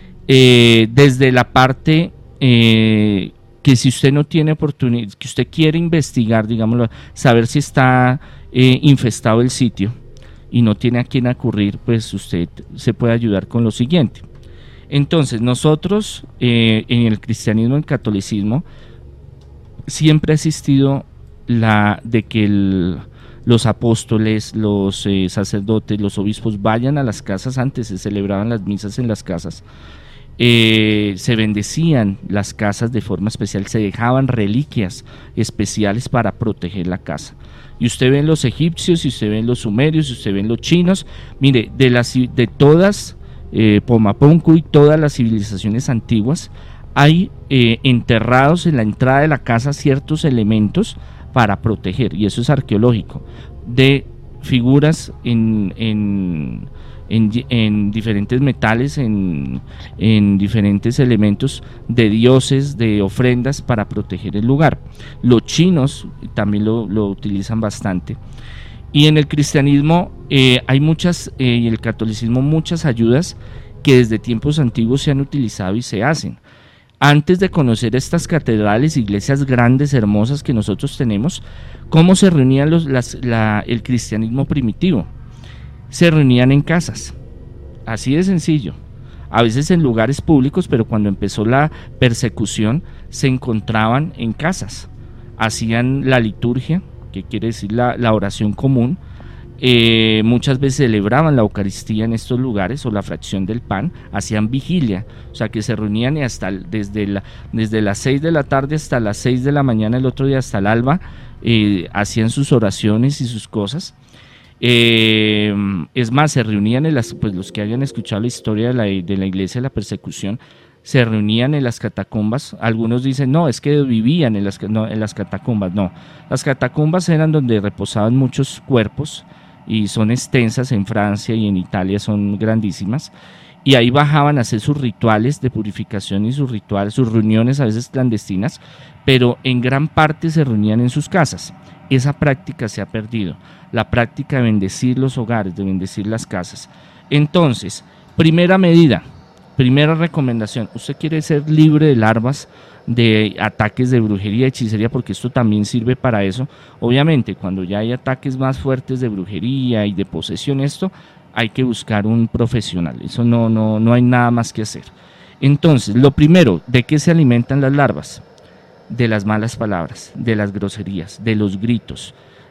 eh, desde la parte eh, que si usted no tiene oportunidad, que usted quiere investigar, digámoslo, saber si está eh, infestado el sitio y no tiene a quién acudir, pues usted se puede ayudar con lo siguiente. Entonces, nosotros eh, en el cristianismo, en el catolicismo, siempre ha existido la de que el, los apóstoles, los eh, sacerdotes, los obispos vayan a las casas. Antes se celebraban las misas en las casas. Eh, se bendecían las casas de forma especial, se dejaban reliquias especiales para proteger la casa. Y usted ve en los egipcios, y usted ve en los sumerios, y usted ve en los chinos, mire, de, las, de todas, eh, Pomapunku y todas las civilizaciones antiguas, hay eh, enterrados en la entrada de la casa ciertos elementos para proteger, y eso es arqueológico, de figuras en... en En, en diferentes metales, en, en diferentes elementos de dioses, de ofrendas para proteger el lugar. Los chinos también lo, lo utilizan bastante. Y en el cristianismo eh, hay muchas, eh, y el catolicismo, muchas ayudas que desde tiempos antiguos se han utilizado y se hacen. Antes de conocer estas catedrales, iglesias grandes, hermosas que nosotros tenemos, ¿cómo se reunían los, las, la, el cristianismo primitivo? Se reunían en casas, así de sencillo, a veces en lugares públicos, pero cuando empezó la persecución se encontraban en casas, hacían la liturgia, que quiere decir la, la oración común, eh, muchas veces celebraban la Eucaristía en estos lugares o la fracción del pan, hacían vigilia, o sea que se reunían y hasta desde, la, desde las seis de la tarde hasta las seis de la mañana el otro día, hasta el alba, eh, hacían sus oraciones y sus cosas. Eh, es más, se reunían en las, pues los que hayan escuchado la historia de la, de la iglesia de la persecución, se reunían en las catacumbas. Algunos dicen, no, es que vivían en las, no, en las catacumbas. No, las catacumbas eran donde reposaban muchos cuerpos y son extensas en Francia y en Italia, son grandísimas. Y ahí bajaban a hacer sus rituales de purificación y sus rituales, sus reuniones a veces clandestinas, pero en gran parte se reunían en sus casas. Esa práctica se ha perdido, la práctica de bendecir los hogares, de bendecir las casas. Entonces, primera medida, primera recomendación, usted quiere ser libre de larvas, de ataques de brujería, hechicería, porque esto también sirve para eso. Obviamente, cuando ya hay ataques más fuertes de brujería y de posesión, esto, hay que buscar un profesional, eso no, no, no hay nada más que hacer. Entonces, lo primero, ¿de qué se alimentan las larvas? De las malas palabras, de las groserías, de los gritos,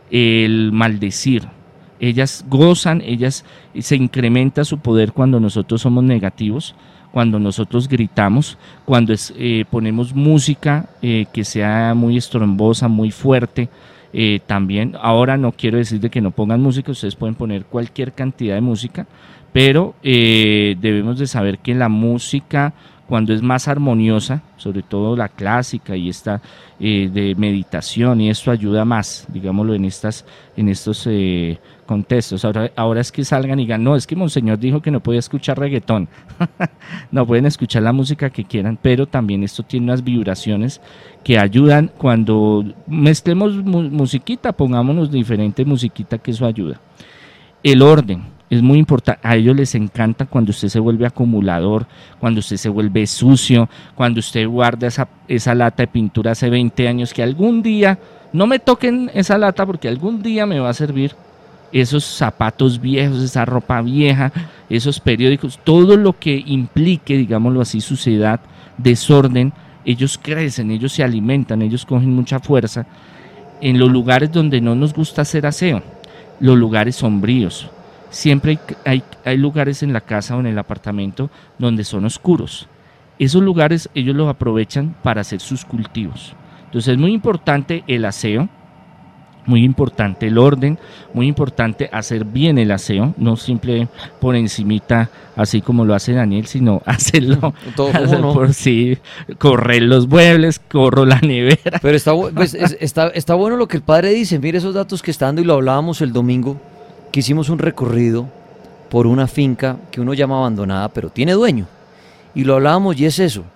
el maldecir. Ellas gozan, ellas se incrementa su poder cuando nosotros somos negativos, cuando nosotros gritamos, cuando es, eh, ponemos música eh, que sea muy estrombosa, muy fuerte. Eh, también, ahora no quiero decir de que no pongan música, ustedes pueden poner cualquier cantidad de música, pero eh, debemos de saber que la música, cuando es más armoniosa, sobre todo la clásica y esta eh, de meditación, y esto ayuda más, digámoslo, en estas en estos eh, contextos. Ahora, ahora es que salgan y digan, no, es que Monseñor dijo que no podía escuchar reggaetón. No, pueden escuchar la música que quieran, pero también esto tiene unas vibraciones que ayudan. Cuando mezclemos mu musiquita, pongámonos diferente musiquita, que eso ayuda. El orden es muy importante. A ellos les encanta cuando usted se vuelve acumulador, cuando usted se vuelve sucio, cuando usted guarda esa, esa lata de pintura hace veinte años, que algún día, no me toquen esa lata porque algún día me va a servir. Esos zapatos viejos, esa ropa vieja, esos periódicos, todo lo que implique, digámoslo así, suciedad, desorden, ellos crecen, ellos se alimentan, ellos cogen mucha fuerza en los lugares donde no nos gusta hacer aseo, los lugares sombríos. Siempre hay, hay, hay lugares en la casa o en el apartamento donde son oscuros. Esos lugares ellos los aprovechan para hacer sus cultivos. Entonces es muy importante el aseo, muy importante el orden, muy importante hacer bien el aseo, no simple por encimita, así como lo hace Daniel, sino hacerlo, Todo, hacer no? por sí, correr los muebles, corro la nevera. Pero está, pues, es, está, está bueno lo que el padre dice. Mire esos datos que está dando, y lo hablábamos el domingo, que hicimos un recorrido por una finca que uno llama abandonada, pero tiene dueño. Y lo hablábamos, y es eso,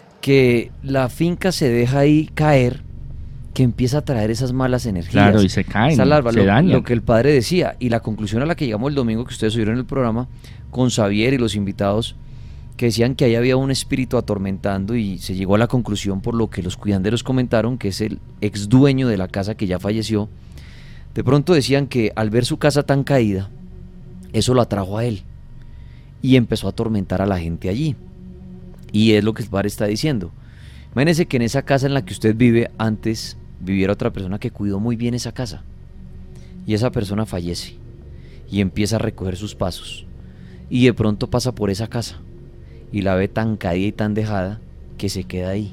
que la finca se deja ahí caer, que empieza a traer esas malas energías. Claro, y se caen, esa larva, se lo, dañan. lo que el padre decía, y la conclusión a la que llegamos el domingo, que ustedes oyeron en el programa, con Xavier y los invitados, que decían que ahí había un espíritu atormentando, y se llegó a la conclusión por lo que los cuidanderos comentaron, que es el ex dueño de la casa que ya falleció. De pronto decían que al ver su casa tan caída, eso lo atrajo a él y empezó a atormentar a la gente allí. Y es lo que el padre está diciendo. Imagínense que en esa casa en la que usted vive, antes viviera otra persona que cuidó muy bien esa casa, y esa persona fallece y empieza a recoger sus pasos, y de pronto pasa por esa casa y la ve tan caída y tan dejada que se queda ahí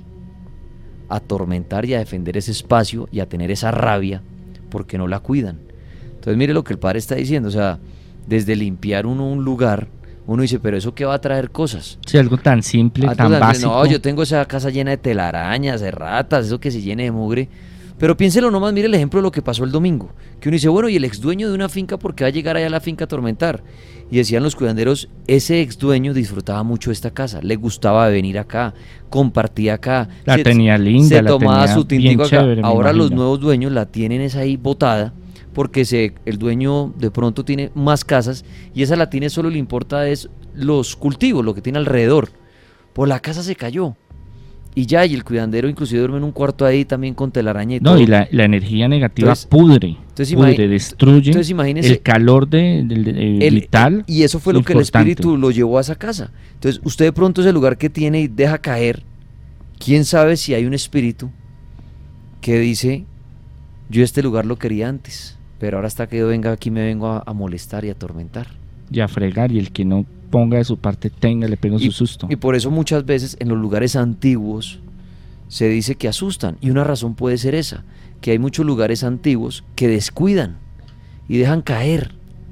a atormentar y a defender ese espacio y a tener esa rabia porque no la cuidan. Entonces mire lo que el padre está diciendo, o sea, desde limpiar uno un lugar, uno dice, pero ¿eso qué va a traer cosas? Sí, algo tan simple, Ah, tan entonces, básico. no, yo tengo esa casa llena de telarañas, de ratas, eso que se llene de mugre. Pero piénselo nomás, mire el ejemplo de lo que pasó el domingo, que uno dice, bueno, y el ex dueño de una finca, ¿por qué va a llegar allá a la finca a atormentar? Y decían los cuidanderos, ese ex dueño disfrutaba mucho de esta casa, le gustaba venir acá, compartía acá, La se, tenía linda, se la tomaba tenía su bien tintico acá. chévere, me Ahora los imagino. nuevos dueños la tienen esa ahí botada, porque se, el dueño de pronto tiene más casas, y esa la tiene, solo le importa es los cultivos, lo que tiene alrededor. Pues la casa se cayó. Y ya, y el cuidandero inclusive duerme en un cuarto ahí también con telaraña y No, todo. y la, la energía negativa Entonces- pudre, entonces pudre, imagi- destruye entonces imagínese- el calor de, del- del- El- vital. y eso fue es lo que el importante. espíritu lo llevó a esa casa. Entonces, usted de pronto ese lugar que tiene y deja caer, quién sabe si hay un espíritu que dice, yo este lugar lo quería antes, pero ahora hasta que yo venga aquí me vengo a, a molestar y a atormentar. Y a fregar, y el que no ponga de su parte tenga, le pega Y, su susto. y por eso muchas veces en los lugares antiguos se dice que asustan, y una razón puede ser esa, que hay muchos lugares antiguos que descuidan y dejan caer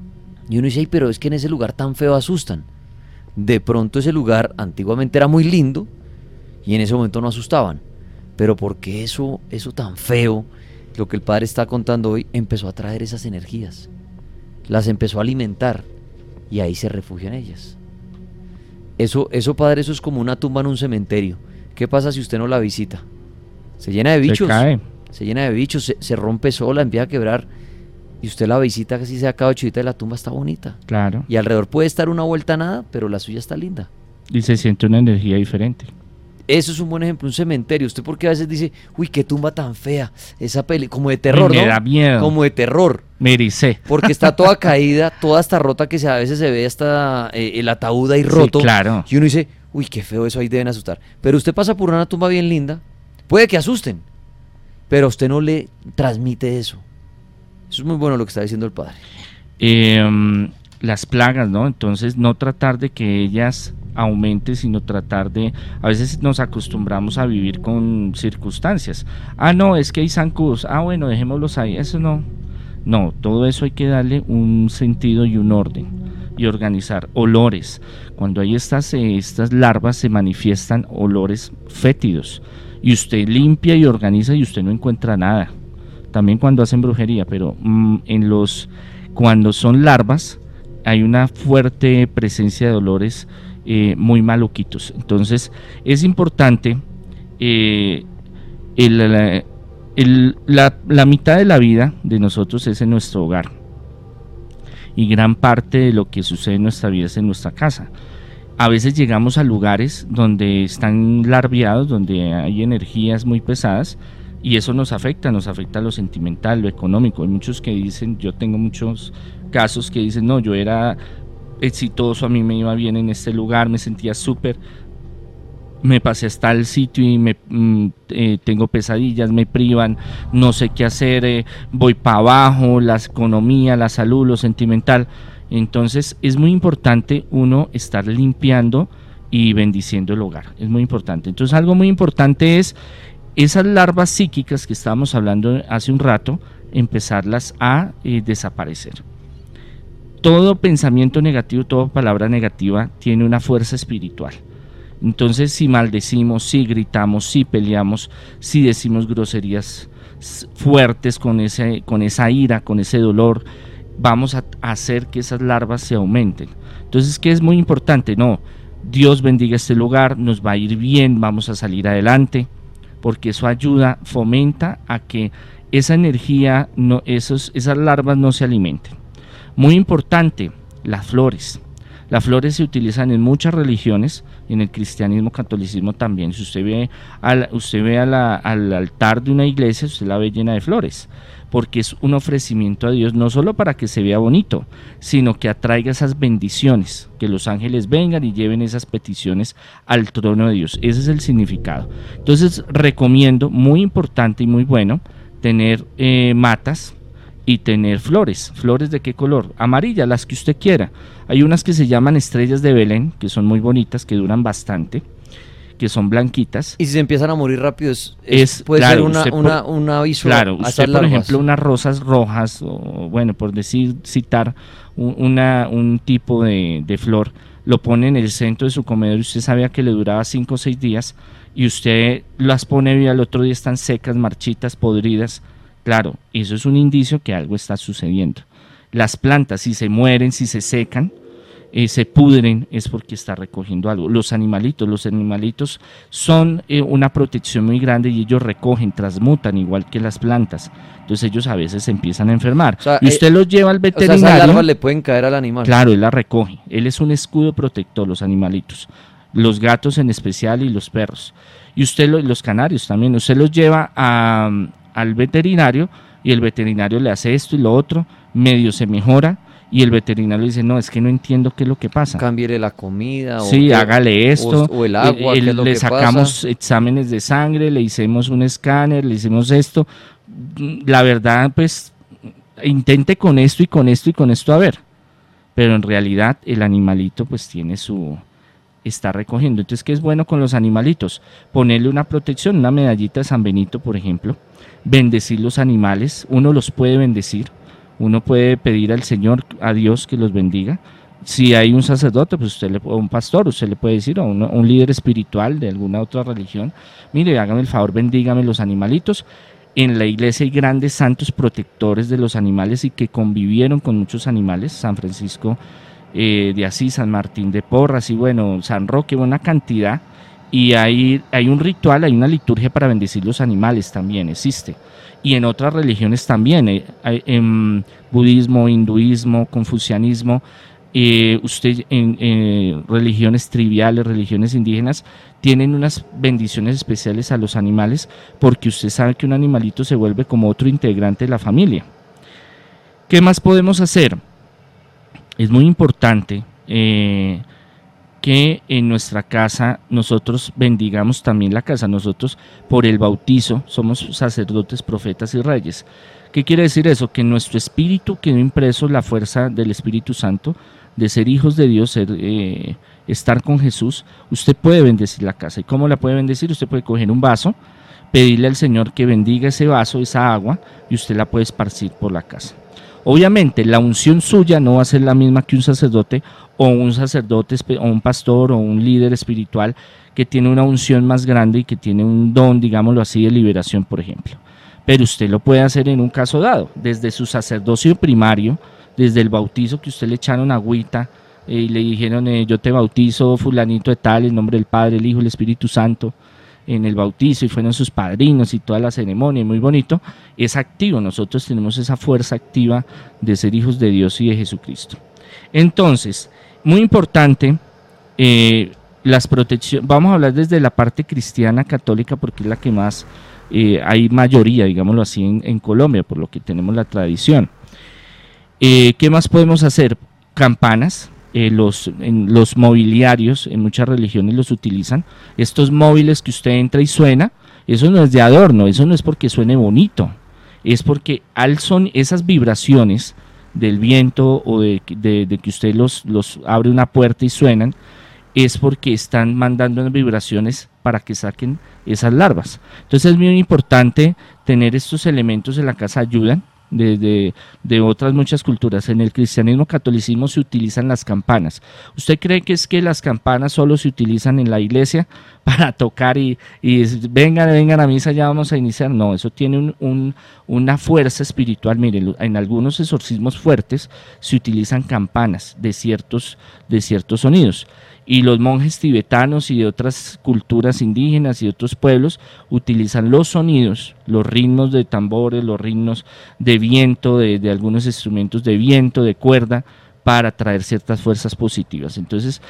Y uno dice, ay, pero es que en ese lugar tan feo asustan. De pronto ese lugar antiguamente era muy lindo y en ese momento no asustaban. Pero ¿por qué eso, eso tan feo, lo que el padre está contando hoy, empezó a traer esas energías? Las empezó a alimentar y ahí se refugian ellas. Eso, eso, padre, eso es como una tumba en un cementerio. ¿Qué pasa si usted no la visita? Se llena de bichos. Se cae. Se llena de bichos, se, se rompe sola, empieza a quebrar. Y usted la visita, casi se acaba chivita y la tumba está bonita. Claro. Y alrededor puede estar una vuelta a nada, pero la suya está linda. Y se siente una energía diferente. Eso es un buen ejemplo, un cementerio. Usted porque a veces dice, uy, qué tumba tan fea, esa peli, como de terror, me ¿no? Me da miedo. Como de terror. Me ericé. Porque está toda caída, toda hasta rota, que se, a veces se ve hasta eh, el ataúd ahí roto. Sí, claro. Y uno dice, uy, qué feo eso, ahí deben asustar. Pero usted pasa por una tumba bien linda, puede que asusten, pero a usted no le transmite eso. Eso es muy bueno lo que está diciendo el padre. Eh, las plagas, ¿no? Entonces no tratar de que ellas aumente, sino tratar de, a veces nos acostumbramos a vivir con circunstancias. Ah, no, es que hay zancudos, ah, bueno, dejémoslos ahí, eso no, no, todo eso hay que darle un sentido y un orden y organizar. Olores, cuando hay estas, eh, estas larvas se manifiestan olores fétidos y usted limpia y organiza y usted no encuentra nada, también cuando hacen brujería, pero mmm, en los, cuando son larvas hay una fuerte presencia de olores Eh, muy maluquitos. Entonces es importante eh, el, el, la, la mitad de la vida de nosotros es en nuestro hogar y gran parte de lo que sucede en nuestra vida es en nuestra casa. A veces llegamos a lugares donde están larviados, donde hay energías muy pesadas y eso nos afecta, nos afecta lo sentimental, lo económico. Hay muchos que dicen, yo tengo muchos casos que dicen, no, yo era exitoso, a mí me iba bien en este lugar, me sentía súper, me pasé hasta el sitio y me mm, eh, tengo pesadillas, me privan, no sé qué hacer, eh, voy para abajo, la economía, la salud, lo sentimental. Entonces es muy importante uno estar limpiando y bendiciendo el hogar, es muy importante. Entonces algo muy importante es esas larvas psíquicas que estábamos hablando hace un rato, empezarlas a eh, desaparecer. Todo pensamiento negativo, toda palabra negativa tiene una fuerza espiritual. Entonces, si maldecimos, si gritamos, si peleamos, si decimos groserías fuertes con, ese, con esa ira, con ese dolor, vamos a hacer que esas larvas se aumenten. Entonces, ¿qué es muy importante? No, Dios bendiga este lugar, nos va a ir bien, vamos a salir adelante, porque eso ayuda, fomenta a que esa energía, no, esos, esas larvas no se alimenten. Muy importante, las flores. Las flores se utilizan en muchas religiones, en el cristianismo, catolicismo también. Si usted ve, al, usted ve a la, al altar de una iglesia, usted la ve llena de flores, porque es un ofrecimiento a Dios, no solo para que se vea bonito, sino que atraiga esas bendiciones, que los ángeles vengan y lleven esas peticiones al trono de Dios. Ese es el significado. Entonces recomiendo, muy importante y muy bueno, tener eh, matas, y tener flores. ¿Flores de qué color? Amarillas, las que usted quiera. Hay unas que se llaman estrellas de Belén, que son muy bonitas, que duran bastante, que son blanquitas. Y si se empiezan a morir rápido, es, es, es puede claro, ser una, por, una, un aviso. Claro, usted por larvas. ejemplo unas rosas rojas, o bueno, por decir, citar un, una, un tipo de, de flor, lo pone en el centro de su comedor y usted sabía que le duraba cinco o seis días y usted las pone y al otro día están secas, marchitas, podridas. Claro, eso es un indicio que algo está sucediendo. Las plantas, si se mueren, si se secan, eh, se pudren, es porque está recogiendo algo. Los animalitos, los animalitos son eh, una protección muy grande y ellos recogen, transmutan igual que las plantas. Entonces ellos a veces se empiezan a enfermar. O sea, y usted eh, los lleva al veterinario. O sea, esas larvas le pueden caer al animal. Claro, él la recoge. Él es un escudo protector, los animalitos. Los gatos en especial y los perros. Y usted, lo, los canarios también, usted los lleva a... al veterinario y el veterinario le hace esto y lo otro, medio se mejora y el veterinario dice, no, es que no entiendo qué es lo que pasa. Cámbiele la comida. Sí, o hágale esto. O, o el agua, el, ¿qué es lo le que sacamos pasa? Exámenes de sangre, le hicimos un escáner, le hicimos esto. La verdad, pues, intente con esto y con esto y con esto a ver. Pero en realidad el animalito pues tiene su... está recogiendo. Entonces, ¿qué es bueno con los animalitos? Ponerle una protección, una medallita de San Benito, por ejemplo, bendecir los animales, uno los puede bendecir, Uno puede pedir al Señor, a Dios, que los bendiga. Si hay un sacerdote, pues usted le, o un pastor, usted le puede decir, o un, un líder espiritual de alguna otra religión, mire, hágame el favor, bendígame los animalitos. En la iglesia hay grandes santos protectores de los animales y que convivieron con muchos animales, San Francisco eh, de Asís, San Martín de Porras y bueno, San Roque, una cantidad, y hay, hay un ritual, hay una liturgia para bendecir los animales también, existe. Y en otras religiones también, eh, en budismo, hinduismo, confucianismo, Eh, usted en eh, religiones triviales, religiones indígenas, tienen unas bendiciones especiales a los animales porque usted sabe que un animalito se vuelve como otro integrante de la familia. ¿Qué más podemos hacer? Es muy importante eh, que en nuestra casa nosotros bendigamos también la casa. Nosotros por el bautizo somos sacerdotes, profetas y reyes. ¿Qué quiere decir eso? Que en nuestro espíritu quedó impreso la fuerza del Espíritu Santo, de ser hijos de Dios, ser, eh, estar con Jesús. Usted puede bendecir la casa. ¿Y cómo la puede bendecir? Usted puede coger un vaso, pedirle al Señor que bendiga ese vaso, esa agua, y usted la puede esparcir por la casa. Obviamente la unción suya no va a ser la misma que un sacerdote o un sacerdote o un pastor o un líder espiritual que tiene una unción más grande y que tiene un don, digámoslo así, de liberación, por ejemplo. Pero usted lo puede hacer en un caso dado, desde su sacerdocio primario, desde el bautizo que usted le echaron agüita eh, y le dijeron eh, yo te bautizo fulanito de tal, en nombre del Padre, el Hijo y el Espíritu Santo, en el bautizo, y fueron sus padrinos y toda la ceremonia, muy bonito, es activo. Nosotros tenemos esa fuerza activa de ser hijos de Dios y de Jesucristo. Entonces, muy importante, eh, las protecciones, vamos a hablar desde la parte cristiana católica porque es la que más eh, hay mayoría, digámoslo así, en, en Colombia, por lo que tenemos la tradición. Eh, ¿Qué más podemos hacer? Campanas, eh, los, en los mobiliarios, en muchas religiones los utilizan. Estos móviles que usted entra y suena, eso no es de adorno, eso no es porque suene bonito, es porque al son esas vibraciones del viento o de, de, de que usted los, los abre una puerta y suenan, es porque están mandando unas vibraciones para que saquen esas larvas. Entonces es muy importante tener estos elementos en la casa, ayudan. De, de, de otras muchas culturas. En el cristianismo, catolicismo se utilizan las campanas. ¿Usted cree que es que las campanas solo se utilizan en la iglesia para tocar y, y vengan, vengan a misa, ya vamos a iniciar? No, eso tiene un, un, una fuerza espiritual. Miren, en algunos exorcismos fuertes se utilizan campanas de ciertos, de ciertos sonidos. Y los monjes tibetanos y de otras culturas indígenas y de otros pueblos utilizan los sonidos, los ritmos de tambores, los ritmos de viento, de, de algunos instrumentos de viento, de cuerda, para traer ciertas fuerzas positivas. Entonces,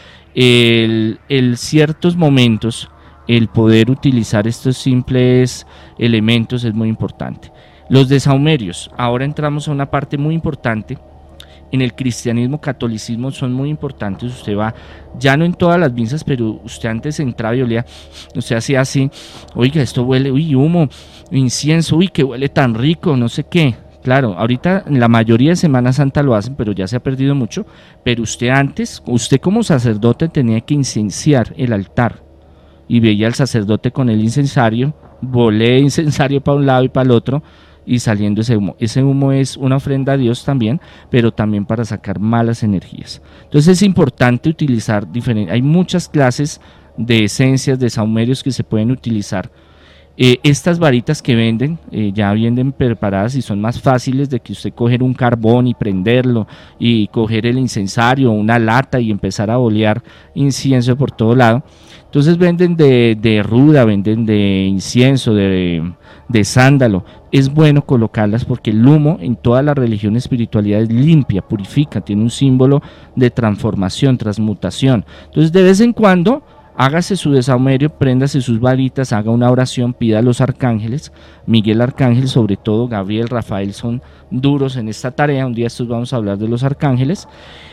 el, el ciertos momentos, el poder utilizar estos simples elementos es muy importante. Los desahumerios, ahora entramos a una parte muy importante. En el cristianismo, catolicismo son muy importantes. Usted va, ya no en todas las misas, pero usted antes entraba y olía, usted hacía así, oiga, esto huele, uy, humo, incienso, uy, que huele tan rico, no sé qué. Claro, ahorita en la mayoría de Semana Santa lo hacen, pero ya se ha perdido mucho. Pero usted antes, usted como sacerdote tenía que incenciar el altar y veía al sacerdote con el incensario, volé incensario para un lado y para el otro, y saliendo ese humo. Ese humo es una ofrenda a Dios también, pero también para sacar malas energías. Entonces es importante utilizar diferentes, hay muchas clases de esencias, de sahumerios que se pueden utilizar. Eh, estas varitas que venden, eh, ya vienen preparadas y son más fáciles de que usted coger un carbón y prenderlo, y coger el incensario o una lata y empezar a bolear incienso por todo lado. Entonces venden de, de ruda, venden de incienso, de, de sándalo. Es bueno colocarlas porque el humo en todas las religiones espiritualidades limpia, purifica, tiene un símbolo de transformación, transmutación. Entonces de vez en cuando hágase su desahumerio, préndase sus varitas, haga una oración, pida a los arcángeles. Miguel Arcángel, sobre todo Gabriel, Rafael, son duros en esta tarea. Un día estos vamos a hablar de los arcángeles.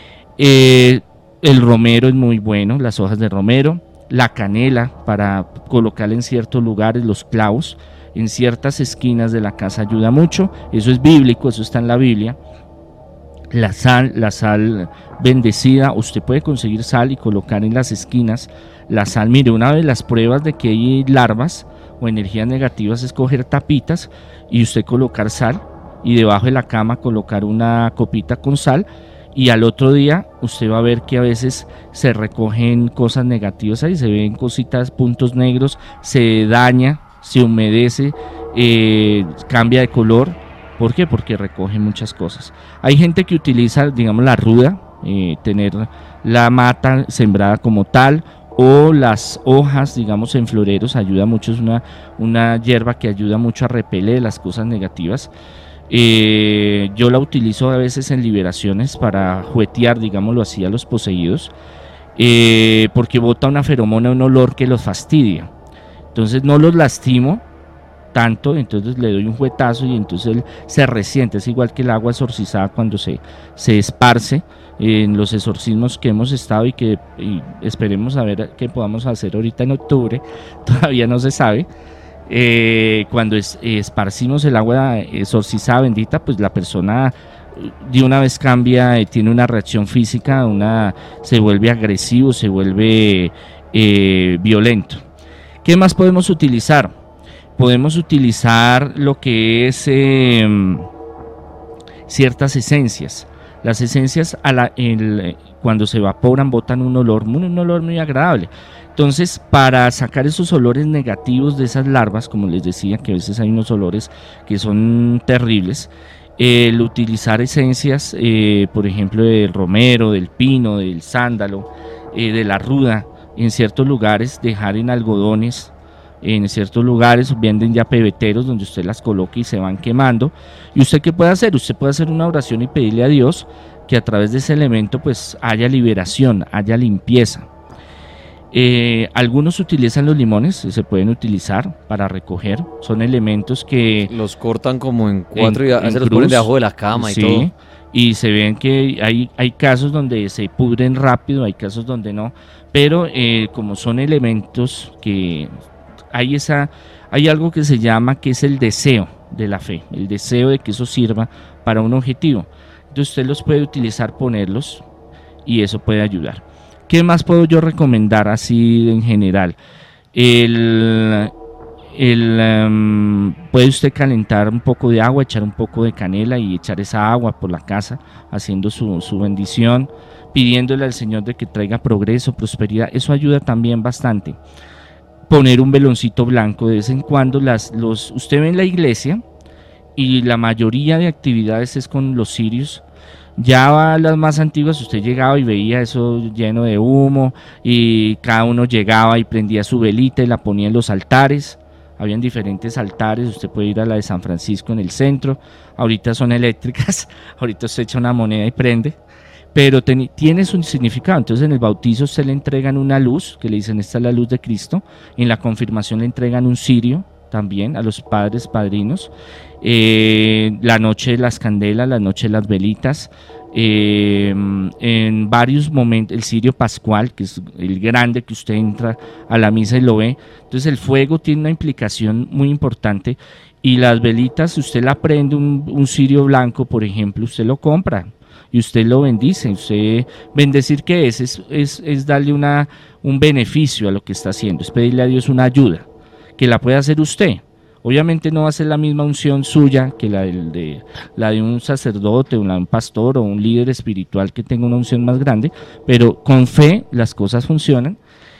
Eh, el romero es muy bueno, las hojas de romero. La canela para colocarla en ciertos lugares, los clavos en ciertas esquinas de la casa ayuda mucho. Eso es bíblico, eso está en la Biblia. La sal, la sal bendecida, usted puede conseguir sal y colocar en las esquinas la sal. Mire, una de las pruebas de que hay larvas o energías negativas es coger tapitas y usted colocar sal y debajo de la cama colocar una copita con sal, y al otro día usted va a ver que a veces se recogen cosas negativas ahí, se ven cositas, puntos negros, se daña, se humedece, eh, cambia de color. ¿Por qué? Porque recoge muchas cosas. Hay gente que utiliza, digamos, la ruda, eh, tener la mata sembrada como tal, o las hojas, digamos, en floreros, ayuda mucho, es una, una hierba que ayuda mucho a repeler las cosas negativas. Eh, yo la utilizo a veces en liberaciones para juguetear, digámoslo así, a los poseídos, eh, porque bota una feromona, un olor que los fastidia. Entonces no los lastimo tanto, entonces le doy un juguetazo y entonces él se resiente. Es igual que el agua exorcizada cuando se, se esparce en los exorcismos que hemos estado y que y esperemos a ver qué podamos hacer ahorita en octubre, todavía no se sabe. Eh, cuando es, esparcimos el agua exorcizada bendita, pues la persona de una vez cambia, eh, tiene una reacción física, una, se vuelve agresivo, se vuelve eh, violento. ¿Qué más podemos utilizar? Podemos utilizar lo que es eh, ciertas esencias. Las esencias a la, el, cuando se evaporan botan un olor, un, un olor muy agradable. Entonces, para sacar esos olores negativos de esas larvas, como les decía, que a veces hay unos olores que son terribles, eh, el utilizar esencias, eh, por ejemplo, del romero, del pino, del sándalo, eh, de la ruda, en ciertos lugares, dejar en algodones, en ciertos lugares venden ya pebeteros donde usted las coloca y se van quemando. ¿Y usted qué puede hacer? Usted puede hacer una oración y pedirle a Dios que a través de ese elemento pues haya liberación, haya limpieza. Eh, algunos utilizan los limones, se pueden utilizar para recoger, son elementos que los cortan como en cuatro en, y en se los cruz, ponen debajo de la cama y sí, todo. Y se ven que hay, hay casos donde se pudren rápido, hay casos donde no, pero eh, como son elementos que hay, esa, hay algo que se llama que es el deseo de la fe, el deseo de que eso sirva para un objetivo. Entonces usted los puede utilizar, ponerlos, y eso puede ayudar. ¿Qué más puedo yo recomendar así en general? El, el, um, puede usted calentar un poco de agua, echar un poco de canela y echar esa agua por la casa, haciendo su, su bendición, pidiéndole al Señor de que traiga progreso, prosperidad. Eso ayuda también bastante. Poner un veloncito blanco de vez en cuando. Las, los, usted ve en la iglesia y la mayoría de actividades es con los cirios. Ya a las más antiguas usted llegaba y veía eso lleno de humo y cada uno llegaba y prendía su velita y la ponía en los altares. Habían diferentes altares, usted puede ir a la de San Francisco en el centro, ahorita son eléctricas, ahorita usted echa una moneda y prende, pero ten, tiene su significado. Entonces en el bautizo usted le entregan una luz, que le dicen esta es la luz de Cristo, en la confirmación le entregan un cirio también a los padres padrinos, eh, la noche de las candelas, la noche de las velitas, eh, en varios momentos, el cirio pascual, que es el grande que usted entra a la misa y lo ve. Entonces el fuego tiene una implicación muy importante, y las velitas, si usted la prende, un, un cirio blanco por ejemplo, usted lo compra y usted lo bendice. Usted bendecir, ¿qué es? Es, es, es darle una, un beneficio a lo que está haciendo, es pedirle a Dios una ayuda que la puede hacer usted. Obviamente no va a ser la misma unción suya que la de, de, la de un sacerdote, un pastor o un líder espiritual que tenga una unción más grande, pero con fe las cosas funcionan.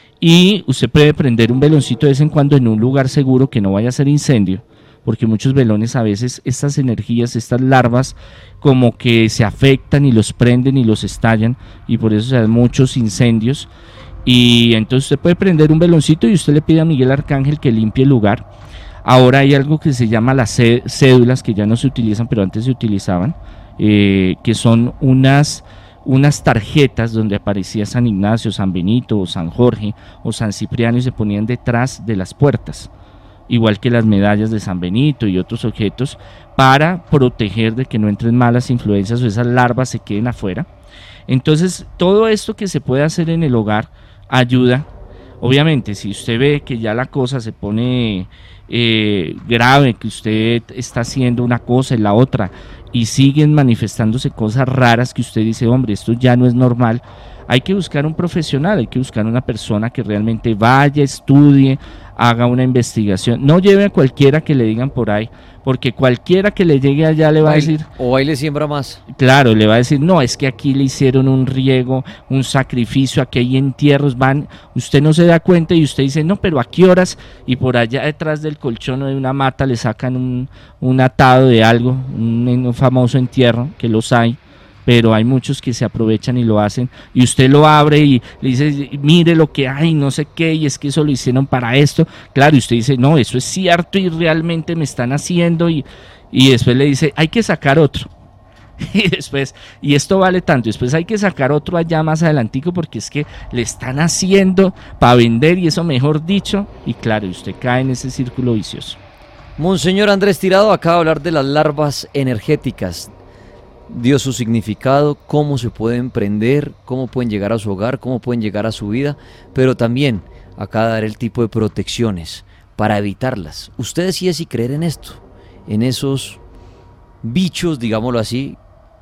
Y usted puede prender un veloncito de vez en cuando en un lugar seguro, que no vaya a ser incendio, porque muchos velones a veces estas energías, estas larvas como que se afectan y los prenden y los estallan, y por eso se dan muchos incendios. Y entonces usted puede prender un veloncito y usted le pide a Miguel Arcángel que limpie el lugar. Ahora hay algo que se llama las cédulas, que ya no se utilizan, pero antes se utilizaban, eh, que son unas, unas tarjetas donde aparecía San Ignacio, San Benito, o San Jorge, o San Cipriano, y se ponían detrás de las puertas, igual que las medallas de San Benito y otros objetos, para proteger de que no entren malas influencias o esas larvas se queden afuera. Entonces todo esto que se puede hacer en el hogar ayuda. Obviamente si usted ve que ya la cosa se pone eh, grave, que usted está haciendo una cosa y la otra y siguen manifestándose cosas raras que usted dice, hombre, esto ya no es normal, hay que buscar un profesional, hay que buscar una persona que realmente vaya, estudie, haga una investigación. No lleve a cualquiera que le digan por ahí, porque cualquiera que le llegue allá le va a decir... O ahí le siembra más. Claro, le va a decir, no, es que aquí le hicieron un riego, un sacrificio, aquí hay entierros, van, usted no se da cuenta y usted dice, no, pero ¿a qué horas? Y por allá detrás del colchón o de una mata le sacan un, un atado de algo, un, un famoso entierro, que los hay, pero hay muchos que se aprovechan y lo hacen, y usted lo abre y le dice, mire lo que hay, no sé qué, y es que eso lo hicieron para esto. Claro, y usted dice, no, eso es cierto y realmente me están haciendo, y, y después le dice, hay que sacar otro. Y después, y esto vale tanto, y después hay que sacar otro allá más adelantico porque es que le están haciendo para vender, y eso mejor dicho, y claro, y usted cae en ese círculo vicioso. Monseñor Andrés Tirado acaba de hablar de las larvas energéticas. Dio su significado, cómo se pueden prender, cómo pueden llegar a su hogar, cómo pueden llegar a su vida, pero también acaba de dar el tipo de protecciones para evitarlas. Usted decide si creer en esto, en esos bichos, digámoslo así,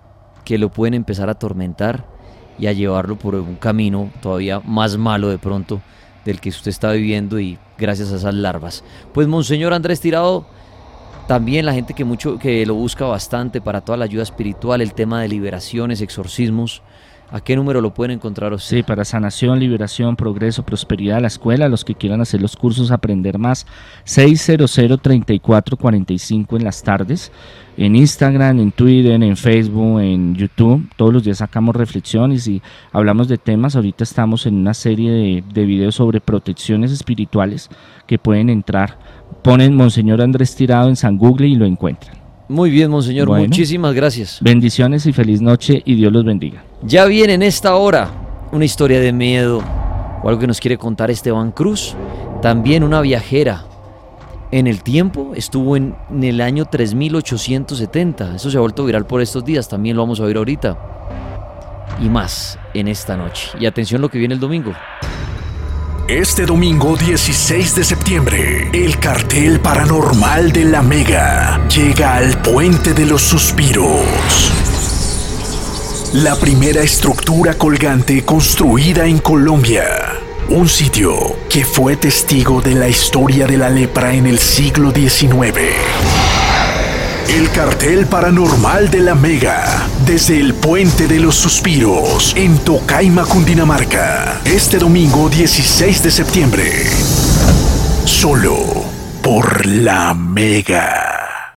que lo pueden empezar a atormentar y a llevarlo por un camino todavía más malo de pronto del que usted está viviendo, y gracias a esas larvas. Pues Monseñor Andrés Tirado, también la gente que mucho que lo busca bastante para toda la ayuda espiritual, el tema de liberaciones, exorcismos, ¿a qué número lo pueden encontrar usted? Sí, para sanación, liberación, progreso, prosperidad, la escuela, los que quieran hacer los cursos, aprender más, seis cero cero, treinta y cuatro cuarenta y cinco en las tardes, en Instagram, en Twitter, en Facebook, en YouTube. Todos los días sacamos reflexiones y hablamos de temas. Ahorita estamos en una serie de, de videos sobre protecciones espirituales que pueden entrar. Ponen Monseñor Andrés Tirado en San Google y lo encuentran. Muy bien, Monseñor, bueno, muchísimas gracias. Bendiciones y feliz noche, y Dios los bendiga. Ya viene en esta hora una historia de miedo o algo que nos quiere contar Esteban Cruz. También una viajera en el tiempo, estuvo en, en el año tres mil ochocientos setenta. Eso se ha vuelto viral por estos días, también lo vamos a ver ahorita. Y más en esta noche. Y atención lo que viene el domingo. Este domingo dieciséis de septiembre, el cartel paranormal de la Mega llega al Puente de los Suspiros. La primera estructura colgante construida en Colombia. Un sitio que fue testigo de la historia de la lepra en el siglo diecinueve. El cartel paranormal de la Mega, desde el Puente de los Suspiros, en Tocaima, Cundinamarca. Este domingo dieciséis de septiembre. Solo por la Mega.